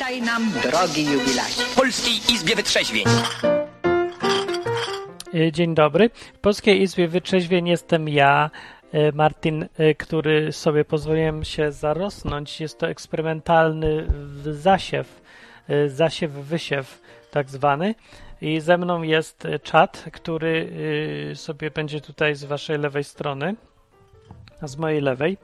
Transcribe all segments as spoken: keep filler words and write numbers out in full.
Witaj nam, drogi jubilacie. W Polskiej Izbie Wytrzeźwień. Dzień dobry. W Polskiej Izbie Wytrzeźwień jestem ja, Martin, który sobie pozwoliłem się zarosnąć. Jest to eksperymentalny zasiew, zasiew, wysiew tak zwany. I ze mną jest czat, który sobie będzie tutaj z waszej lewej strony, a z mojej lewej.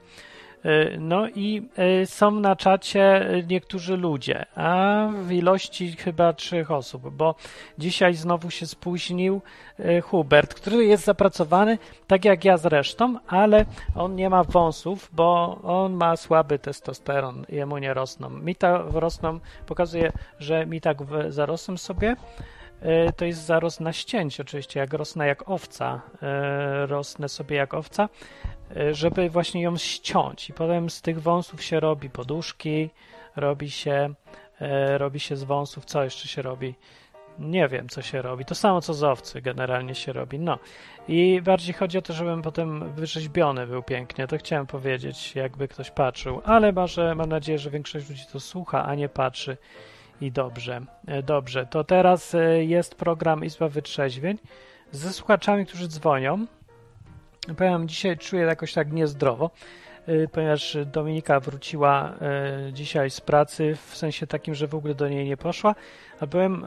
No i są na czacie niektórzy ludzie, a w ilości chyba trzech osób, bo dzisiaj znowu się spóźnił Hubert, który jest zapracowany, tak jak ja zresztą, ale on nie ma wąsów, bo on ma słaby testosteron, jemu nie rosną. Mi tak rosną, pokazuje, że mi tak zarosłem sobie. To jest zarost na ścięć oczywiście, jak rosnę jak owca, rosnę sobie jak owca, żeby właśnie ją ściąć i potem z tych wąsów się robi poduszki, robi się, robi się z wąsów, co jeszcze się robi? Nie wiem, co się robi. To samo, co z owcy generalnie się robi. No i bardziej chodzi o to, żebym potem wyrzeźbiony był pięknie. To chciałem powiedzieć, jakby ktoś patrzył, ale może, mam nadzieję, że większość ludzi to słucha, a nie patrzy. I dobrze, dobrze. To teraz jest program Izba Wytrzeźwień ze słuchaczami, którzy dzwonią. Powiem, dzisiaj czuję jakoś tak niezdrowo, ponieważ Dominika wróciła dzisiaj z pracy, w sensie takim, że w ogóle do niej nie poszła, a powiem,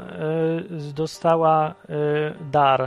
dostała dar,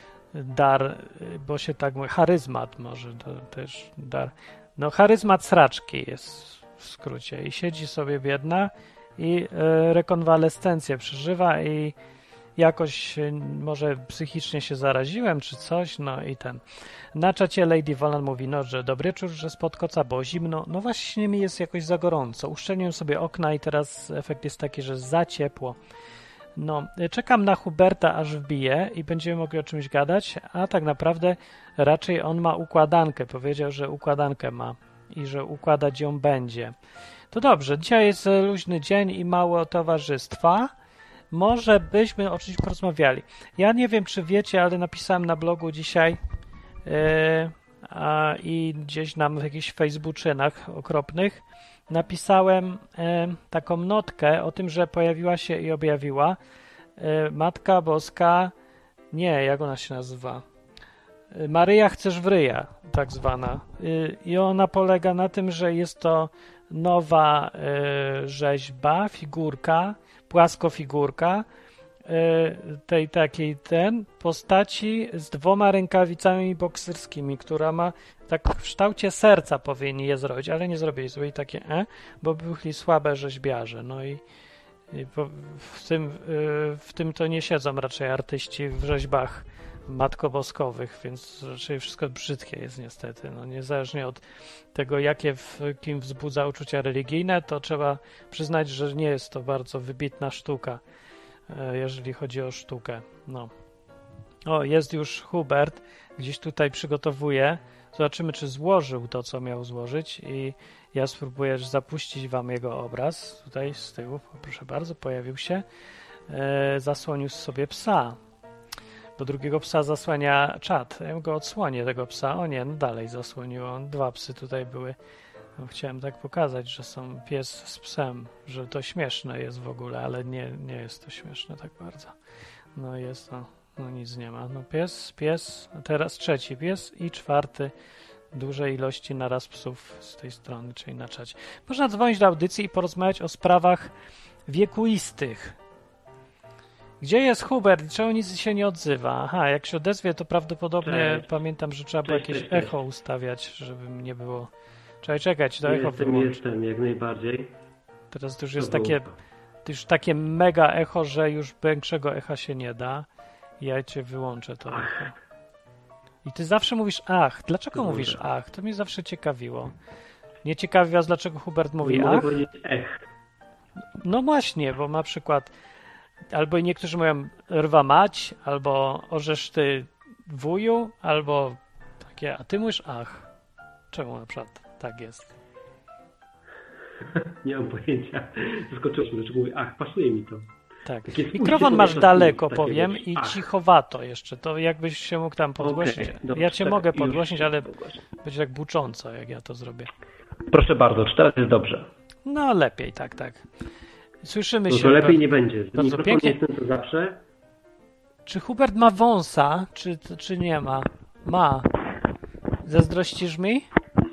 dar, bo się tak mówi, charyzmat może to też dar. No charyzmat sraczki jest w skrócie i siedzi sobie biedna i rekonwalescencję przeżywa i jakoś może psychicznie się zaraziłem czy coś, no i ten. Na czacie Lady Wolan mówi, no, że dobry wieczór, że spod koca, bo zimno. No właśnie mi jest jakoś za gorąco. Uszczelniłem sobie okna i teraz efekt jest taki, że za ciepło. No, czekam na Huberta, aż wbije i będziemy mogli o czymś gadać, a tak naprawdę raczej on ma układankę. Powiedział, że układankę ma i że układać ją będzie. To dobrze, dzisiaj jest luźny dzień i mało towarzystwa. Może byśmy o czymś porozmawiali. Ja nie wiem, czy wiecie, ale napisałem na blogu dzisiaj yy, a, i gdzieś nam w jakichś facebookczynach okropnych napisałem yy, taką notkę o tym, że pojawiła się i objawiła yy, Matka Boska, nie, jak ona się nazywa? Yy, Maryja chcesz w ryja, tak zwana. Yy, I ona polega na tym, że jest to nowa yy, rzeźba, figurka, płaskofigurka tej takiej ten postaci z dwoma rękawicami bokserskimi, która ma tak w kształcie serca powinien je zrobić, ale nie zrobili sobie takie e, bo byli słabe rzeźbiarze. No i, i po, w, tym, w tym to nie siedzą raczej artyści w rzeźbach matkoboskowych, więc raczej wszystko brzydkie jest niestety. No, niezależnie od tego, jakie w kim wzbudza uczucia religijne, to trzeba przyznać, że nie jest to bardzo wybitna sztuka, jeżeli chodzi o sztukę. No. O, jest już Hubert, gdzieś tutaj przygotowuje. Zobaczymy, czy złożył to, co miał złożyć i ja spróbuję zapuścić wam jego obraz. Tutaj z tyłu, proszę bardzo, pojawił się. E, zasłonił sobie psa. Bo drugiego psa zasłania czat. Ja go odsłonię, tego psa. O nie, no dalej zasłoniło. Dwa psy tutaj były. No, chciałem tak pokazać, że są pies z psem, że to śmieszne jest w ogóle, ale nie, nie jest to śmieszne tak bardzo. No jest to, no nic nie ma. No pies, pies, a teraz trzeci pies i czwarty. Duże ilości naraz psów z tej strony, czyli na czacie. Można dzwonić do audycji i porozmawiać o sprawach wiekuistych. Gdzie jest Hubert? Czemu nic się nie odzywa? Aha, jak się odezwie, to prawdopodobnie cześć. Pamiętam, że trzeba było jakieś cześć, echo cześć. ustawiać, żeby nie było... Trzeba czekać, to echo Jestem, wyłączy. jestem, jak najbardziej. Teraz to już jest to takie, to już takie mega echo, że już większego echa się nie da. Ja cię wyłączę to ach. echo. I ty zawsze mówisz ach. Dlaczego Dobra. mówisz ach? To mnie zawsze ciekawiło. Nie ciekawi was, dlaczego Hubert mówi nie ach? Mogę powiedzieć ech. No właśnie, bo na przykład albo niektórzy mówią rwa mać, albo orzesz ty wuju, albo takie, a ty mówisz ach. Czemu na przykład tak jest? Nie mam pojęcia. Zaskoczyłeś mnie, dlaczego mówię ach, pasuje mi to. Tak. Mikrofon masz daleko, powiem, i ach. cichowato jeszcze. To jakbyś się mógł tam podgłosić. Okay, dobrze, ja cię tak, mogę podgłosić, ale będzie tak bucząco, jak ja to zrobię. Proszę bardzo, czy teraz jest dobrze? No lepiej, tak, tak. Słyszymy No się. to lepiej ba- nie będzie. bardzo Mikrofon pięknie. jest ten co zawsze. Czy Hubert ma wąsa, czy, czy nie ma? Ma. Zazdrościsz mi?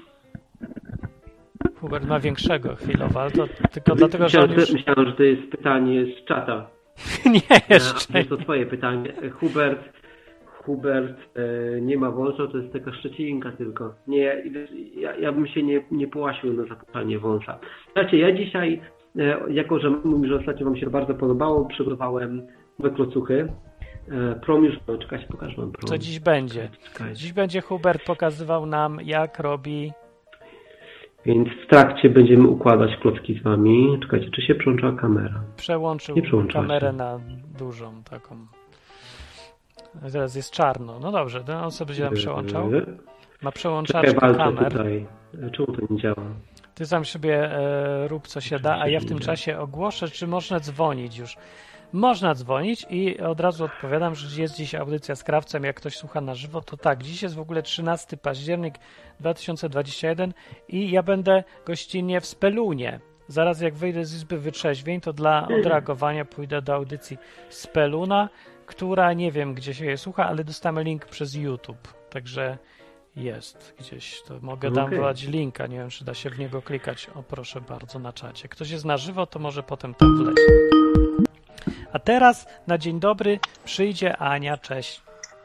Hubert ma większego chwilowo, ale to tylko dlatego, że on Myślałem, już... że, myślałem, że to jest pytanie z czata. Nie, A, jeszcze. to twoje pytanie. Hubert, Hubert e, nie ma wąsa, to jest taka szczecinka tylko. Nie, ja, ja bym się nie, nie połasił na zapytanie wąsa. Znaczy, ja dzisiaj, e, jako że mówisz, że ostatnio wam się bardzo podobało, przygotowałem nowe klocuchy. E, prom już, no, czekajcie, pokażę wam prom. Co dziś będzie? Czekajcie. Dziś będzie Hubert pokazywał nam, jak robi... Więc w trakcie będziemy układać klocki z wami. Czekajcie, czy się przełączyła kamera? Przełączył Nie przełączyła kamerę się. na dużą taką. Teraz jest czarno. No dobrze, to on sobie będzie nam przełączał. Eee, Ma Czekaj, przełączaczkę walczę kamer. tutaj. Czemu to nie działa? Ty sam sobie e, rób co się da, a ja w tym czasie ogłoszę, czy można dzwonić już. Można dzwonić i od razu odpowiadam, że jest dziś audycja z Krawcem. Jak ktoś słucha na żywo, to tak. Dziś jest w ogóle trzynastego października dwa tysiące dwudziestego pierwszego i ja będę gościnnie w Spelunie. Zaraz jak wyjdę z Izby Wytrzeźwień, to dla odreagowania pójdę do audycji Speluna, która nie wiem, gdzie się je słucha, ale dostałem link przez YouTube. Także jest gdzieś. To mogę tam Okej. dać linka. Nie wiem, czy da się w niego klikać. O, proszę bardzo, na czacie. Ktoś jest na żywo, to może potem tam wleci. A teraz na dzień dobry przyjdzie Ania. Cześć.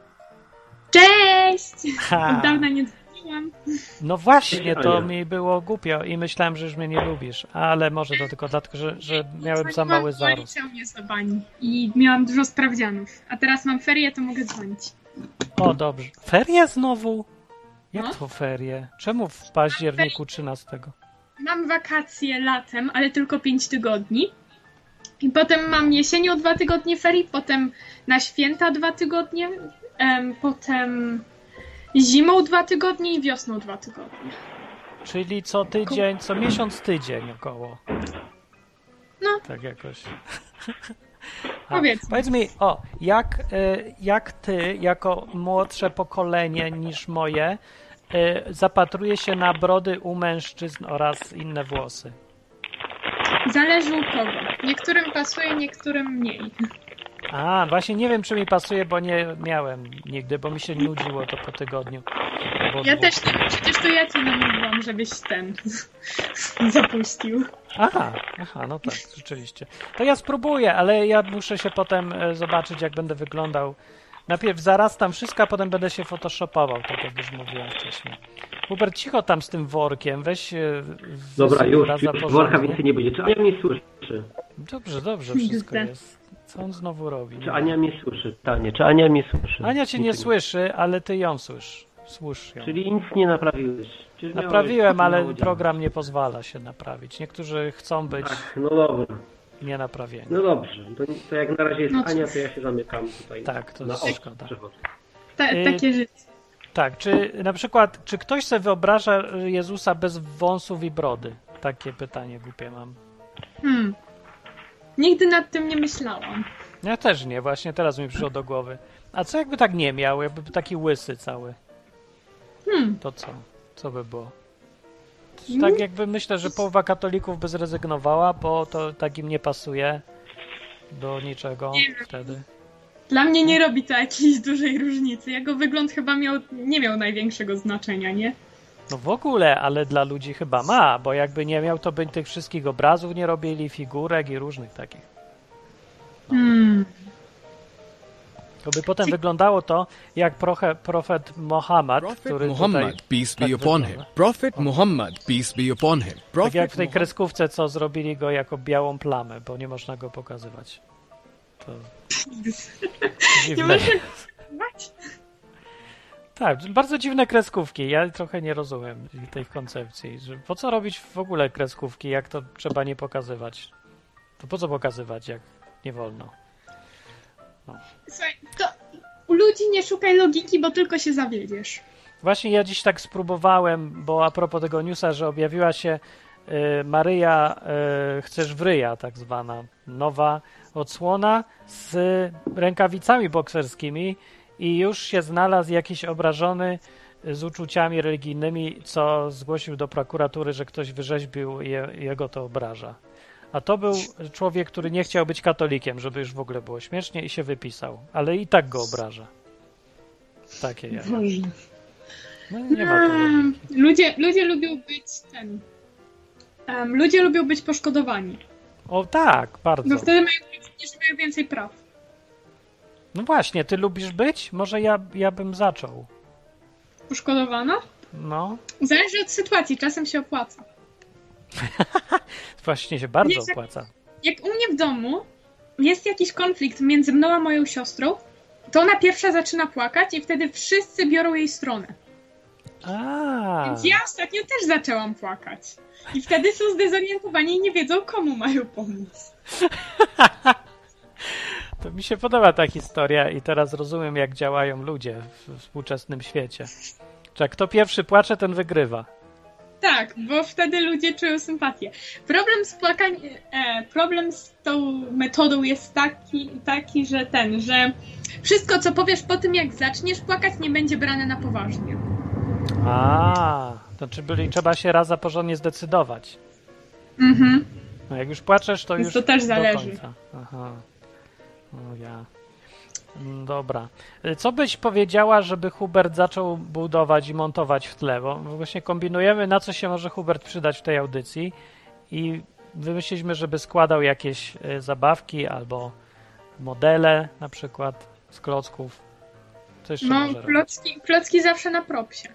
Cześć! Ha. Od dawna nie dzwoniłam. No właśnie, to Ania. mi było głupio i myślałem, że już mnie nie lubisz. Ale może to tylko dlatego, że, że miałem za mały zarost. Chciał mnie z bani i miałam dużo sprawdzianów. A teraz mam ferie, to mogę dzwonić. O, dobrze. Ferie znowu? Jak No. to ferie? Czemu w październiku trzynastego? Mam wakacje latem, ale tylko pięć tygodni. I potem mam jesienią dwa tygodnie ferii, potem na święta dwa tygodnie, em, potem zimą dwa tygodnie i wiosną dwa tygodnie. Czyli co tydzień, co miesiąc tydzień około. No. Tak jakoś. A, Powiedzmy. powiedz mi, o, jak, y, jak ty, jako młodsze pokolenie niż moje, y, zapatruje się na brody u mężczyzn oraz inne włosy? Zależy u kogo. Niektórym pasuje, niektórym mniej. A, właśnie nie wiem, czy mi pasuje, bo nie miałem nigdy, bo mi się nudziło to po tygodniu. Bo Ja dwóch. też nie. Przecież to ja cię namówiłam, żebyś ten zapuścił. Aha, aha, no tak, rzeczywiście. To ja spróbuję, ale ja muszę się potem e, zobaczyć, jak będę wyglądał. Najpierw zarastam wszystko, a potem będę się photoshopował, tak jak już mówiłem wcześniej. Hubert, cicho tam z tym workiem, weź e, w- Dobra, już, raz za już worka porządnie. więcej nie będzie. Czy Ania mnie słyszy? Dobrze, dobrze, wszystko Gdzie? jest. Co on znowu robi? Czy Ania mnie słyszy? Pytanie, czy Ania mnie słyszy? Ania cię nie Nikt słyszy, ale ty ją słyszysz. Słysz ją. Czyli nic nie naprawiłeś. Czyli Naprawiłem, miałeś- ale miało działać. program nie pozwala się naprawić. Niektórzy chcą być Ach, no dobra. nie naprawieni. No dobrze. To, to jak na razie jest No Ania, cóż. to ja się zamykam tutaj. Tak, to na jest okno szkoda. przechodzę. Ta, Y- takie życie. Tak, czy na przykład, czy ktoś sobie wyobraża Jezusa bez wąsów i brody? Takie pytanie głupie mam. Hmm. Nigdy nad tym nie myślałam. Ja też nie, właśnie teraz mi przyszło do głowy. A co jakby tak nie miał, jakby taki łysy cały? Hmm. To co? Co by było? Tak jakby myślę, że połowa katolików by zrezygnowała, bo to tak im nie pasuje do niczego wtedy. Dla mnie nie robi to jakiejś dużej różnicy. Jego wygląd chyba miał, nie miał największego znaczenia, nie? No w ogóle, ale dla ludzi chyba ma, bo jakby nie miał, to by tych wszystkich obrazów nie robili, figurek i różnych takich. Hmm. To by potem wyglądało to jak proche, profet Mohammed, Prophet który Muhammad, tutaj, peace be tak upon him. wygląda. Prophet Muhammad, peace be upon him. Tak Prophet jak w tej Muhammad- kreskówce, co zrobili go jako białą plamę, bo nie można go pokazywać. To Nie dziwne. może... Tak, bardzo dziwne kreskówki. Ja trochę nie rozumiem tej koncepcji. Że po co robić w ogóle kreskówki, jak to trzeba nie pokazywać? To po co pokazywać, jak nie wolno? Słuchaj, to u ludzi nie szukaj logiki, bo tylko się zawiedziesz. Właśnie ja dziś tak spróbowałem, bo a propos tego newsa, że objawiła się y, Maryja y, Chcesz w ryja, tak zwana nowa odsłona z rękawicami bokserskimi i już się znalazł jakiś obrażony z uczuciami religijnymi, co zgłosił do prokuratury, że ktoś wyrzeźbił je, jego to obraża. A to był człowiek, który nie chciał być katolikiem, żeby już w ogóle było śmiesznie i się wypisał. Ale i tak go obraża. Takie ja. No nie ma tu Um, logiki. ludzie, ludzie lubią być ten. Um, ludzie lubią być poszkodowani. O tak, bardzo. No wtedy mają, że mają więcej praw. No właśnie, ty lubisz być? Może ja, ja bym zaczął. Poszkodowana? No, Zależy od sytuacji, czasem się opłaca. właśnie się bardzo Wiesz, jak- opłaca. Jak u mnie w domu jest jakiś konflikt między mną a moją siostrą, to ona pierwsza zaczyna płakać i wtedy wszyscy biorą jej stronę. A, Więc ja ostatnio też zaczęłam płakać. I wtedy są zdezorientowani i nie wiedzą, komu mają pomóc. to mi się podoba ta historia i teraz rozumiem, jak działają ludzie w współczesnym świecie. Czy kto pierwszy płacze, ten wygrywa. Tak, bo wtedy ludzie czują sympatię. Problem z płakaniem, e, problem z tą metodą jest taki, taki, że ten, że wszystko, co powiesz po tym, jak zaczniesz płakać, nie będzie brane na poważnie. A, to czy byli, trzeba się raz za porządnie zdecydować. Mhm. No jak już płaczesz, to Więc już to też do zależy. końca. Aha. O ja. Mm, Dobra. Co byś powiedziała, żeby Hubert zaczął budować i montować w tle? Bo właśnie kombinujemy, na co się może Hubert przydać w tej audycji i wymyśliliśmy, żeby składał jakieś y, zabawki albo modele na przykład z klocków. Co jeszcze No, może robić? klocki, klocki zawsze na propsie.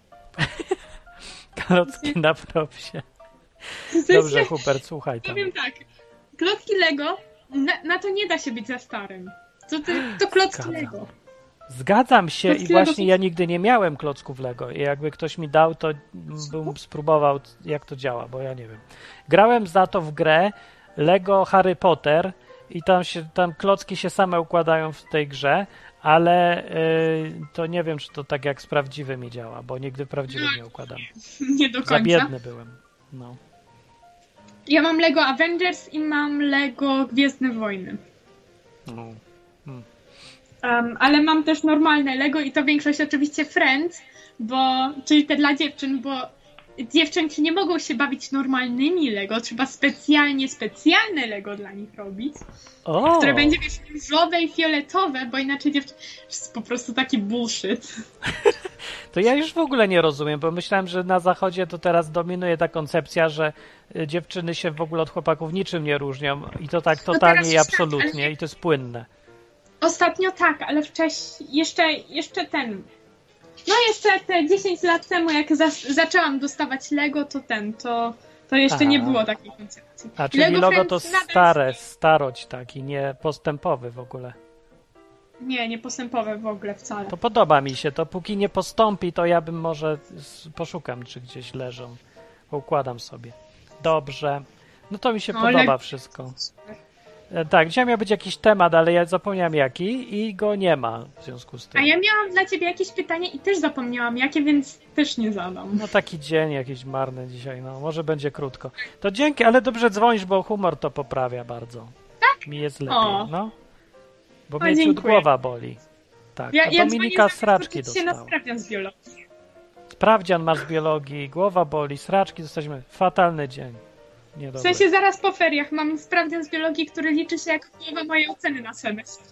Klocki na propsie. W sensie, Dobrze, Hubert, słuchaj tam. powiem tak, klocki Lego, na, na to nie da się być za starym. To, to, to klocki Zgadzam. Lego. Zgadzam się i Klocki Lego właśnie są- ja nigdy nie miałem klocków Lego i jakby ktoś mi dał, to bym spróbował, jak to działa, bo ja nie wiem. Grałem za to w grę Lego Harry Potter i tam się, tam klocki się same układają w tej grze, ale y, to nie wiem, czy to tak jak z prawdziwymi działa, bo nigdy prawdziwych nie układam. Nie do Za końca. biedny byłem. No. Ja mam Lego Avengers i mam Lego Gwiezdne Wojny. No. Um, ale mam też normalne Lego i to większość oczywiście Friends, bo, czyli te dla dziewczyn, bo dziewczynki nie mogą się bawić normalnymi Lego, trzeba specjalnie, specjalne Lego dla nich robić, O! które będzie, wiesz, różowe i fioletowe, bo inaczej dziewczyn... To jest po prostu taki bullshit. To ja już w ogóle nie rozumiem, bo myślałem, że na zachodzie to teraz dominuje ta koncepcja, że y, dziewczyny się w ogóle od chłopaków niczym nie różnią i to tak totalnie teraz i już tak, absolutnie ale- i to jest płynne. Ostatnio tak, ale wcześniej, jeszcze, jeszcze ten... No jeszcze te dziesięć lat temu, jak za, zaczęłam dostawać Lego, to ten, to, to jeszcze Aha. nie było takiej koncepcji. A czyli Lego logo to Friends nadal stare, starość taki, nie postępowy w ogóle. Nie, nie postępowe w ogóle wcale. To podoba mi się, to póki nie postąpi, to ja bym może s- poszukam, czy gdzieś leżą. Układam sobie. Dobrze. No to mi się No, podoba ale- wszystko. E, Tak, dzisiaj miał być jakiś temat, ale ja zapomniałem jaki i go nie ma w związku z tym. A ja miałam dla ciebie jakieś pytanie i też zapomniałam jakie, więc też nie zadam. No taki dzień jakiś marny dzisiaj, no może będzie krótko. To dzięki, ale dobrze dzwonisz, bo humor to poprawia bardzo. Tak? Mi jest lepiej, O. no. Bo O, mnie ciut dziękuję. głowa boli. Tak, Ja, a ja Dominika dzwonię sraczki zamiast się na dostała. sprawdzian z biologii. Sprawdzian masz z biologii, głowa boli, sraczki dostaliśmy. Fatalny dzień. W Niedobry. sensie zaraz po feriach mam sprawdzian z biologii, który liczy się jak połowa mojej oceny na semestr.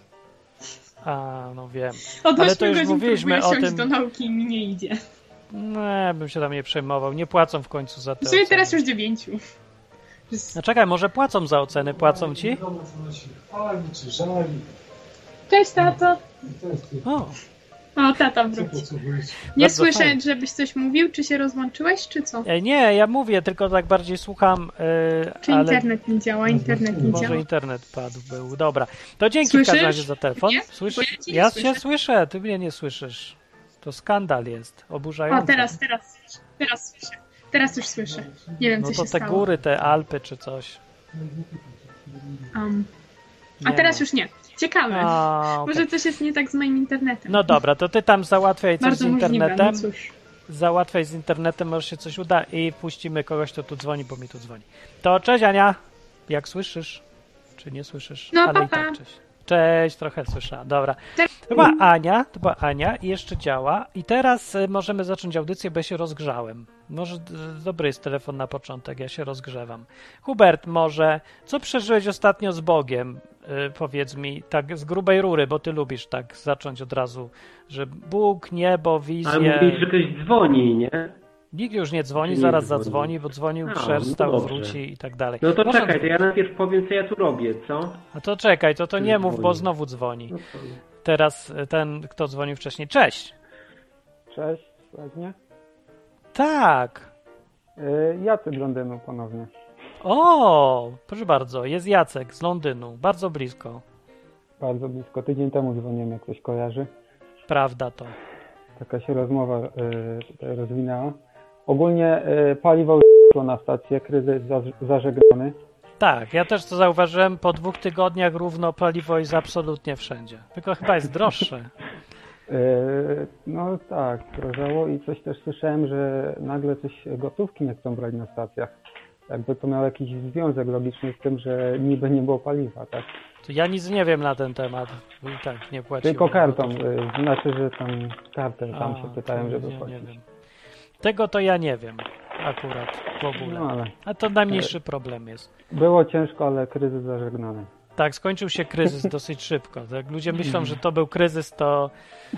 A, no wiem. Od Ale to ośmiu już godzin mówiliśmy próbuję o siąść tym- do nauki i mi nie idzie. Nie, bym się tam nie przejmował. Nie płacą w końcu za te W sumie oceny. teraz już dziewięciu. No czekaj, może płacą za oceny? Płacą ci? Wiadomo, co ona się chwali, czy żali. Cześć tato. I to jest ty. O, O, tata Co wrócił. potrzebujesz? Nie Bardzo słyszę, fajnie. żebyś coś mówił, czy się rozłączyłeś, czy co? e, nie, ja mówię, tylko tak bardziej słucham, e, Czy ale internet nie działa? Internet nie może działa. internet padł, był. Dobra, to dzięki w Słyszysz? każdym razie za telefon. Nie? Słyszysz? Bo ja cię nie Ja słyszę. się słyszę, ty mnie nie słyszysz. To skandal jest, oburzający. O, teraz, teraz, teraz słyszę. Teraz już słyszę. Nie wiem, No co to się te stało. góry, te Alpy czy coś. Um, a Nie teraz ma. już nie. Ciekawe. A, okej. Może coś jest nie tak z moim internetem. No dobra, to ty tam załatwiaj coś Bardzo z możliwe, internetem. no cóż. Załatwiaj z internetem, może się coś uda i puścimy kogoś, kto tu dzwoni, bo mi tu dzwoni. To cześć Ania, jak słyszysz? Czy nie słyszysz? No, Ale pa, i tak pa. cześć. Cześć, trochę słyszałem. Dobra. To była Ania, to była Ania i jeszcze działa. I teraz y, możemy zacząć audycję, bo ja się rozgrzałem. Może y, dobry jest telefon na początek, ja się rozgrzewam. Hubert, może, co przeżyłeś ostatnio z Bogiem? Y, powiedz mi, tak z grubej rury, bo ty lubisz tak zacząć od razu, że Bóg, niebo, wizje... Ale mówisz, że ktoś dzwoni, nie? Nikt już nie dzwoni, Nie zaraz dzwoni. zadzwoni, bo dzwonił, A, przestał, no dobrze. wróci i tak dalej. No to Można- czekaj, to ja najpierw powiem, co ja tu robię, co? A to czekaj, to to nie Dzwoni. mów, bo znowu dzwoni. No to... Teraz y, ten, kto dzwonił wcześniej. Cześć! Cześć, słychać mnie? Tak! Yy, Jacek z Londynu ponownie. O, proszę bardzo, jest Jacek z Londynu, bardzo blisko. Bardzo blisko. Tydzień temu dzwoniłem, jak ktoś kojarzy. Prawda to. Taka się rozmowa yy, tutaj rozwinęła. Ogólnie yy, paliwo na stację, kryzys za, zażegnany. Tak, ja też to zauważyłem, po dwóch tygodniach równo paliwo jest absolutnie wszędzie. Tylko chyba jest droższe. Yy, no tak, drożało i coś też słyszałem, że nagle coś gotówki nie chcą brać na stacjach. Jakby to miało jakiś związek logiczny z tym, że niby nie było paliwa, tak? To ja nic nie wiem na ten temat, bo i tak nie płaciłem. Tylko kartą, gotówki. yy, znaczy, że tam kartę tam A, się pytałem, to żeby nie, nie płacić. wiem. Tego to ja nie wiem akurat w ogóle. No ale A to najmniejszy problem jest. było ciężko, ale kryzys zażegnany. Tak, skończył się kryzys dosyć szybko. Jak ludzie myślą, że to był kryzys, to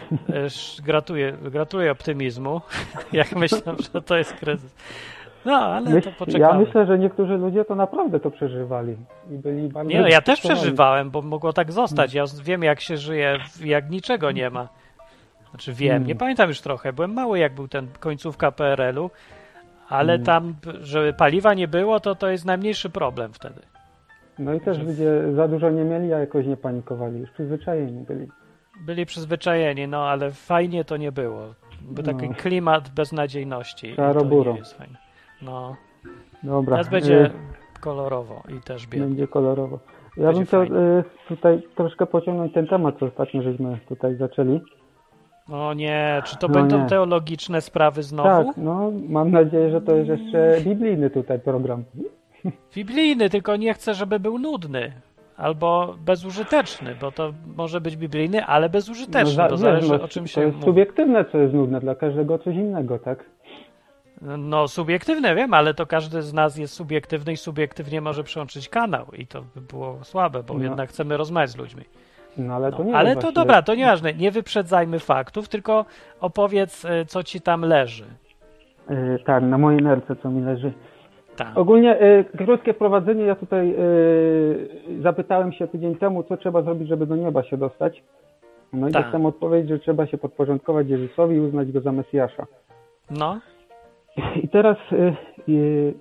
e, gratuluję, gratuluję optymizmu, jak myślą, że to jest kryzys. No, ale Myśl, to poczekamy. ja myślę, że niektórzy ludzie to naprawdę to przeżywali i byli bardzo... Nie, no, ja też zdenerwowani. przeżywałem, bo mogło tak zostać. Ja wiem, jak się żyje, jak niczego nie ma. Znaczy wiem, Hmm. nie pamiętam już trochę. Byłem mały, jak był ten końcówka P R L-u, ale Hmm. tam, żeby paliwa nie było, to to jest najmniejszy problem wtedy. No i też że- ludzie za dużo nie mieli, a jakoś nie panikowali. Już przyzwyczajeni byli. Byli przyzwyczajeni, no ale fajnie to nie było. Był taki No. klimat beznadziejności. i Szaro-buro. To nie jest fajne. No, Dobra. teraz będzie y, kolorowo i też biednie. będzie kolorowo. Ja Będzie bym chciał fajnie. y, tutaj troszkę pociągnąć ten temat, co ostatnio żeśmy tutaj zaczęli. O nie, czy to No będą nie. teologiczne sprawy znowu? Tak, no mam nadzieję, że to jest jeszcze biblijny tutaj program. Biblijny, tylko nie chcę, żeby był nudny. Albo bezużyteczny, bo to może być biblijny, ale bezużyteczny, za- bo wiesz, zależy no, o czym to się jest mówi. subiektywne, co jest nudne, dla każdego coś innego, tak? No subiektywne wiem, ale to każdy z nas jest subiektywny i subiektywnie może przełączyć kanał i to by było słabe, bo No. jednak chcemy rozmawiać z ludźmi. No ale to No, nie ale jest to właściwie- dobra, to nieważne, nie wyprzedzajmy faktów, tylko opowiedz, y, co ci tam leży. Y, tak, na mojej nerce, co mi leży. Tak. Ogólnie y, krótkie wprowadzenie. Ja tutaj y, zapytałem się tydzień temu, co trzeba zrobić, żeby do nieba się dostać. No i Tak. dostałem odpowiedź, że trzeba się podporządkować Jezusowi i uznać go za Mesjasza. No, I teraz y, y,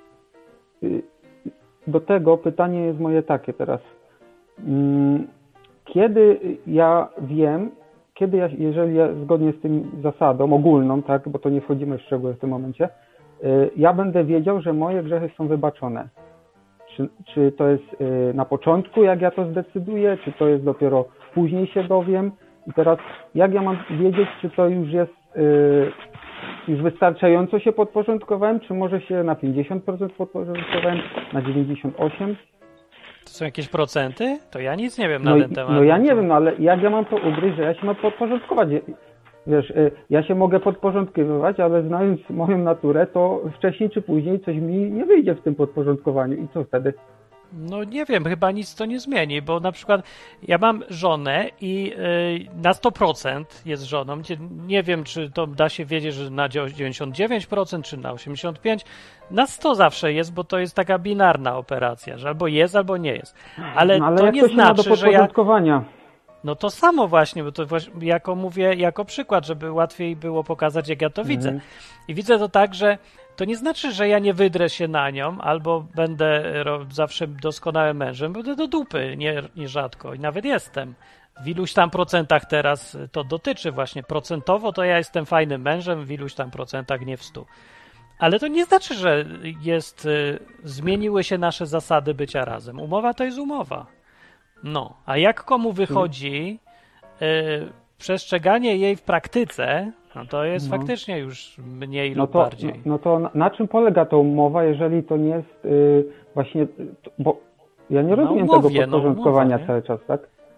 y, do tego pytanie jest moje takie teraz. Mm, Kiedy ja wiem, kiedy ja, jeżeli ja zgodnie z tym zasadą ogólną, tak, bo to nie wchodzimy w szczegóły w tym momencie, y, ja będę wiedział, że moje grzechy są wybaczone. Czy, czy to jest y, na początku, jak ja to zdecyduję, czy to jest dopiero później się dowiem. I teraz jak ja mam wiedzieć, czy to już jest, y, już wystarczająco się podporządkowałem, czy może się na pięćdziesiąt procent podporządkowałem, na dziewięćdziesiąt osiem procent? to są jakieś procenty? To ja nic nie wiem na No, ten i- temat. no ja nie wiem, no ale jak ja mam to ugryźć, że ja się mam podporządkować? Wiesz, y, ja się mogę podporządkowywać, ale znając moją naturę, to wcześniej czy później coś mi nie wyjdzie w tym podporządkowaniu. I co wtedy? No nie wiem, chyba nic to nie zmieni, bo na przykład ja mam żonę i y, na sto procent jest żoną. Nie, nie wiem, czy to da się wiedzieć, że na dziewięćdziesiąt dziewięć procent, czy na osiemdziesiąt pięć procent. Na sto zawsze jest, bo to jest taka binarna operacja, że albo jest, albo nie jest. Ale, No, ale to jak nie to się ma do znaczy, że ja... podporządkowania? No to samo właśnie, bo to właśnie jako mówię, jako przykład, żeby łatwiej było pokazać, jak ja to widzę. Mhm. I widzę to tak, że to nie znaczy, że ja nie wydrę się na nią, albo będę ro- zawsze doskonałym mężem, będę do dupy nie, nierzadko i nawet jestem. W iluś tam procentach teraz to dotyczy właśnie procentowo, to ja jestem fajnym mężem, w iluś tam procentach nie w stu. Ale to nie znaczy, że jest, y, zmieniły się nasze zasady bycia razem. Umowa to jest umowa. No, a jak komu wychodzi y, przestrzeganie jej w praktyce, no to jest No. faktycznie już mniej No lub to, bardziej. no, no to na, na czym polega ta umowa, jeżeli to nie jest y, właśnie, y, to, bo ja nie Na rozumiem umowie, tego no, podporządkowania umowa, nie? cały czas, tak?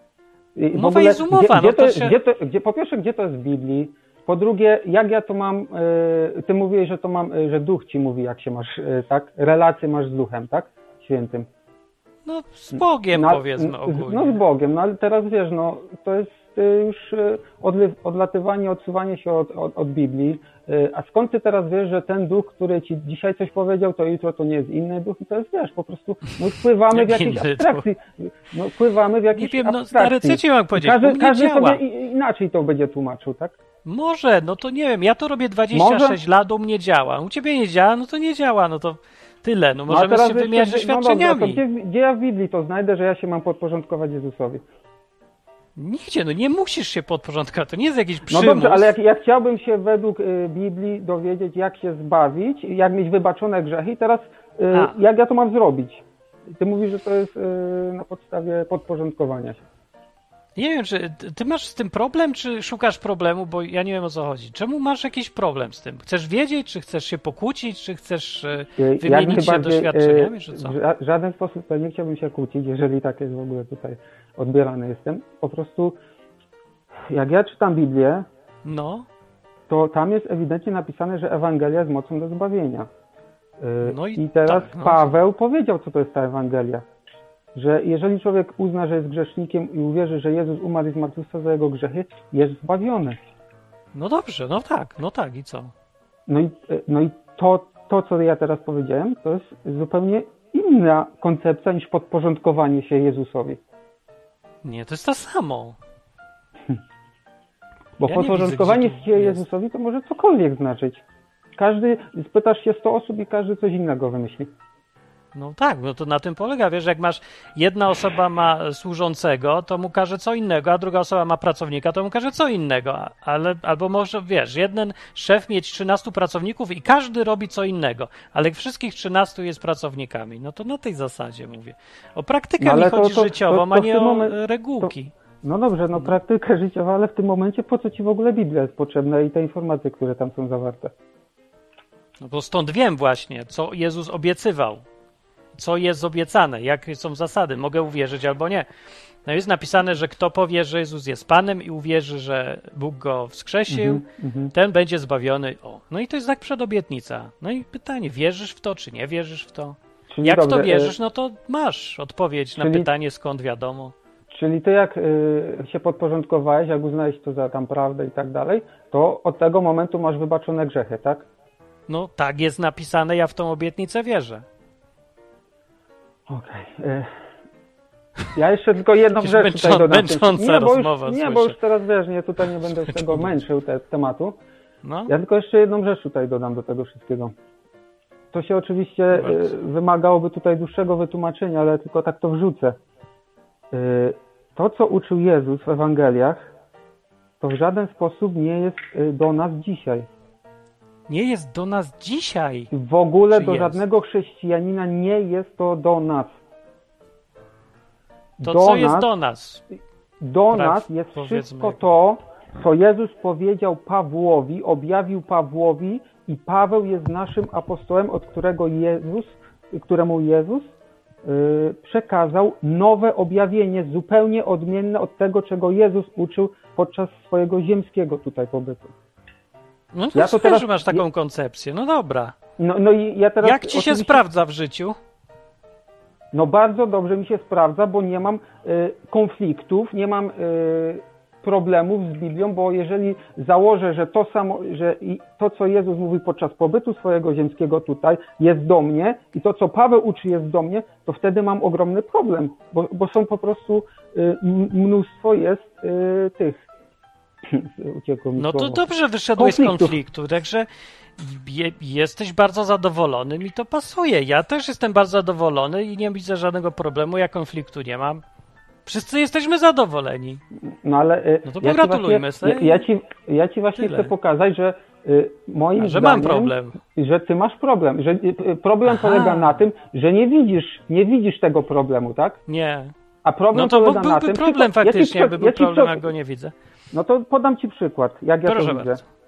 W Umowa ogóle, jest umowa, gdzie, no gdzie to to, się- gdzie to, gdzie, po pierwsze, gdzie to jest w Biblii? Po drugie, jak ja to mam, y, ty mówiłeś, że to mam, y, że duch ci mówi, jak się masz, y, tak? Relacje masz z duchem, tak? Świętym. No z Bogiem No, powiedzmy z- ogólnie. No z Bogiem, no ale teraz wiesz, no to jest y, już y, odly- odlatywanie, odsuwanie się od, od, od Biblii. Y, a skąd ty teraz wiesz, że ten duch, który ci dzisiaj coś powiedział, to jutro to nie jest inny duch i to jest, wiesz, po prostu my wpływamy w Jak jakieś inny abstrakcji. No wpływamy w Nie jakieś wiem, no abstrakcji. stary, co ci mam powiedzieć? U Każdy, mnie każdy działa. sobie i- inaczej to będzie tłumaczył, tak? Może, no to nie wiem, ja to robię dwadzieścia sześć Może? lat, u mnie działa. U ciebie nie działa, no to nie działa, no to tyle. No No, a możemy teraz się jeszcze- wymieniać No dobra, doświadczeniami. to gdzie, gdzie ja w Biblii to znajdę, że ja się mam podporządkować Jezusowi? Nigdzie, no nie musisz się podporządkować, to nie jest jakiś No przymus. dobrze, ale jak, jak chciałbym się według y, Biblii dowiedzieć, jak się zbawić, jak mieć wybaczone grzechy, teraz y, A. jak ja to mam zrobić? Ty mówisz, że to jest y, na podstawie podporządkowania się. Nie wiem, czy ty- ty masz z tym problem, czy szukasz problemu, bo ja nie wiem, o co chodzi. Czemu masz jakiś problem z tym? Chcesz wiedzieć, czy chcesz się pokłócić, czy chcesz e, Y, wymienić się najbardziej, doświadczeniami, y, czy co? W ża- żaden sposób to nie chciałbym się kłócić, jeżeli tak jest w ogóle tutaj odbierany jestem. Po prostu jak ja czytam Biblię, No, to tam jest ewidentnie napisane, że Ewangelia jest mocą do zbawienia. Y, No i I teraz tak, no. Paweł powiedział, co to jest ta Ewangelia. Że jeżeli człowiek uzna, że jest grzesznikiem i uwierzy, że Jezus umarł i zmartwychwstał za jego grzechy, jest zbawiony. no dobrze, no tak, no tak i co? No i, no i to, to, co ja teraz powiedziałem, to jest zupełnie inna koncepcja niż podporządkowanie się Jezusowi. Nie, to jest to samo. Bo Ja nie podporządkowanie widzę, gdzie tu się jest. Jezusowi to może cokolwiek znaczyć. Każdy, spytasz się sto osób i każdy coś innego wymyśli. No tak, no to na tym polega, wiesz, jak masz, jedna osoba ma służącego, to mu każe co innego, a druga osoba ma pracownika, to mu każe co innego, a- ale, albo może, wiesz, jeden szef mieć trzynastu pracowników i każdy robi co innego, ale wszystkich trzynastu jest pracownikami, no to na tej zasadzie mówię. O praktykę No ale mi to- chodzi to- życiową, to- to a w nie tym o momen- e, regułki. No dobrze, no praktyka życiowa, ale w tym momencie po co ci w ogóle Biblia jest potrzebna i te informacje, które tam są zawarte? No bo stąd wiem właśnie, co Jezus obiecywał. Co jest obiecane, jakie są zasady. Mogę uwierzyć albo nie. No jest napisane, że kto powie, że Jezus jest Panem i uwierzy, że Bóg go wskrzesił, Mhm, mhm. ten będzie zbawiony. O, no i to jest tak przedobietnica. No i pytanie, wierzysz w to, czy nie wierzysz w to? Czyli Jak w dobrze, to e, wierzysz, no to masz odpowiedź na czyli- pytanie, skąd wiadomo. Czyli ty jak y, się podporządkowałeś, jak uznałeś to za tam prawdę i tak dalej, to od tego momentu masz wybaczone grzechy, tak? No tak jest napisane, ja w tą obietnicę wierzę. Okej. y, Ja jeszcze tylko jedną Jakieś rzecz męczą- tutaj dodam. męcząca nie, bo rozmowa, już, nie, słyszę. bo już teraz wiesz, nie, tutaj nie będę z tego męczył te, tematu. No, Ja tylko jeszcze jedną rzecz tutaj dodam do tego wszystkiego. To się oczywiście No bardzo. y, wymagałoby tutaj dłuższego wytłumaczenia, ale tylko tak to wrzucę. Y, To, co uczył Jezus w Ewangeliach, to w żaden sposób nie jest y, do nas dzisiaj. nie jest do nas dzisiaj. W ogóle Czy do jest? żadnego chrześcijanina nie jest to do nas. To do co nas, jest do nas? do Praw- nas jest powiedzmy wszystko jak- to, co Jezus powiedział Pawłowi, objawił Pawłowi i Paweł jest naszym apostołem, od którego Jezus, któremu Jezus yy, przekazał nowe objawienie, zupełnie odmienne od tego, czego Jezus uczył podczas swojego ziemskiego tutaj pobytu. No to Ja to ja teraz- że masz taką koncepcję. No dobra. No, no i ja teraz Jak ci się oczywiście- sprawdza w życiu? No bardzo dobrze mi się sprawdza, bo nie mam y, konfliktów, nie mam y, problemów z Biblią, bo jeżeli założę, że to samo, że i to, co Jezus mówi podczas pobytu swojego ziemskiego tutaj, jest do mnie i to, co Paweł uczy, jest do mnie, to wtedy mam ogromny problem, bo, bo są po prostu y, m- mnóstwo jest y, tych. Uciekło mi No to słowo. dobrze wyszedłeś z Konfliktów. konfliktu, także je, jesteś bardzo zadowolony, mi to pasuje. Ja też jestem bardzo zadowolony i nie widzę żadnego problemu, ja konfliktu nie mam. Wszyscy jesteśmy zadowoleni. No ale y, No to ja ci pogratulujmy właśnie, sobie ja, ja, ci, ja ci właśnie tyle. chcę pokazać, że y, moim A, że zdaniem, mam problem. że ty masz problem, że y, problem Aha. polega na tym, że nie widzisz, nie widzisz tego problemu, tak? Nie. A problem No to polega był, na byłby tym... problem przykład- ja ci faktycznie, przykład- by był ja ci problem, przykład- jak go nie widzę. No to podam ci przykład, jak ja Proszę to widzę. bardzo.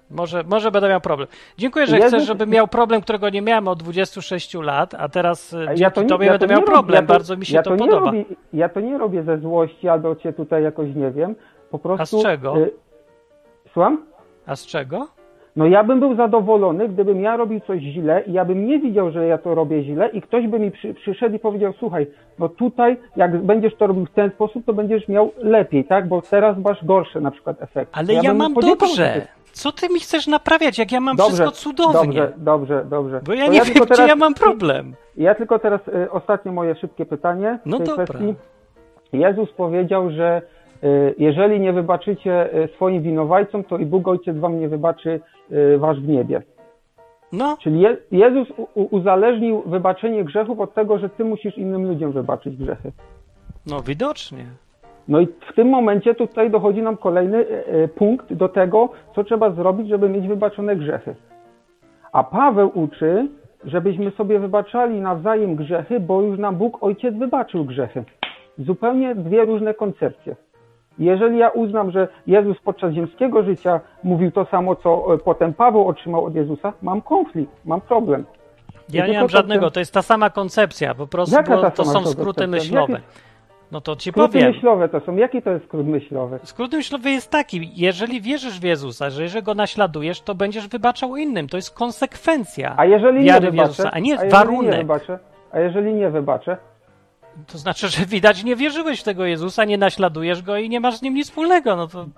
Może, może będę miał problem. Dziękuję, że Jezus... chcesz, żebym miał problem, którego nie miałem od dwudziestu sześciu lat, a teraz ja dzięki to nie, tobie ja będę to miał nie problem. Robię, ja to, Bardzo mi się ja to, to nie podoba. Robię, ja to nie robię ze złości albo cię tutaj jakoś nie wiem. Po prostu. A z czego? Y... Słucham? A z czego? No ja bym był zadowolony, gdybym ja robił coś źle i ja bym nie widział, że ja to robię źle i ktoś by mi przy, przyszedł i powiedział, słuchaj, no tutaj jak będziesz to robił w ten sposób, to będziesz miał lepiej, tak? Bo teraz masz gorsze na przykład efekty. Ale ja, ja bym mam podziękował, dobrze. że ty- Co ty mi chcesz naprawiać, jak ja mam Dobrze, wszystko cudownie? Dobrze, dobrze, dobrze. Bo ja To nie ja wiem, tylko gdzie teraz- ja mam problem. Ja tylko teraz y, ostatnie moje szybkie pytanie. w No tej dobra. kwestii. Jezus powiedział, że y, jeżeli nie wybaczycie y, swoim winowajcom, to i Bóg Ojciec wam nie wybaczy y, wasz w niebie. No, Czyli Je- Jezus u- u- uzależnił wybaczenie grzechów od tego, że ty musisz innym ludziom wybaczyć grzechy. no widocznie. No i w tym momencie tutaj dochodzi nam kolejny y, y, punkt do tego, co trzeba zrobić, żeby mieć wybaczone grzechy. A Paweł uczy, żebyśmy sobie wybaczali nawzajem grzechy, bo już nam Bóg Ojciec wybaczył grzechy. Zupełnie dwie różne koncepcje. Jeżeli ja uznam, że Jezus podczas ziemskiego życia mówił to samo, co e, potem Paweł otrzymał od Jezusa, mam konflikt, mam problem. Ja I nie tylko mam to żadnego, ten- to jest ta sama koncepcja, po prostu Jaka bo ta to sama są skróty koncepcja? myślowe. Jakie- No to ci Skróty powiem. myślowe to są. Jaki to jest skrót myślowy? Skrót myślowy jest taki, jeżeli wierzysz w Jezusa, że jeżeli go naśladujesz, to będziesz wybaczał innym. To jest konsekwencja A jeżeli nie wiary w wybaczę? Jezusa, a nie jeżeli warunek. Nie wybaczę? A jeżeli nie wybaczę? To znaczy, że widać nie wierzyłeś w tego Jezusa, nie naśladujesz go i nie masz z nim nic wspólnego. No to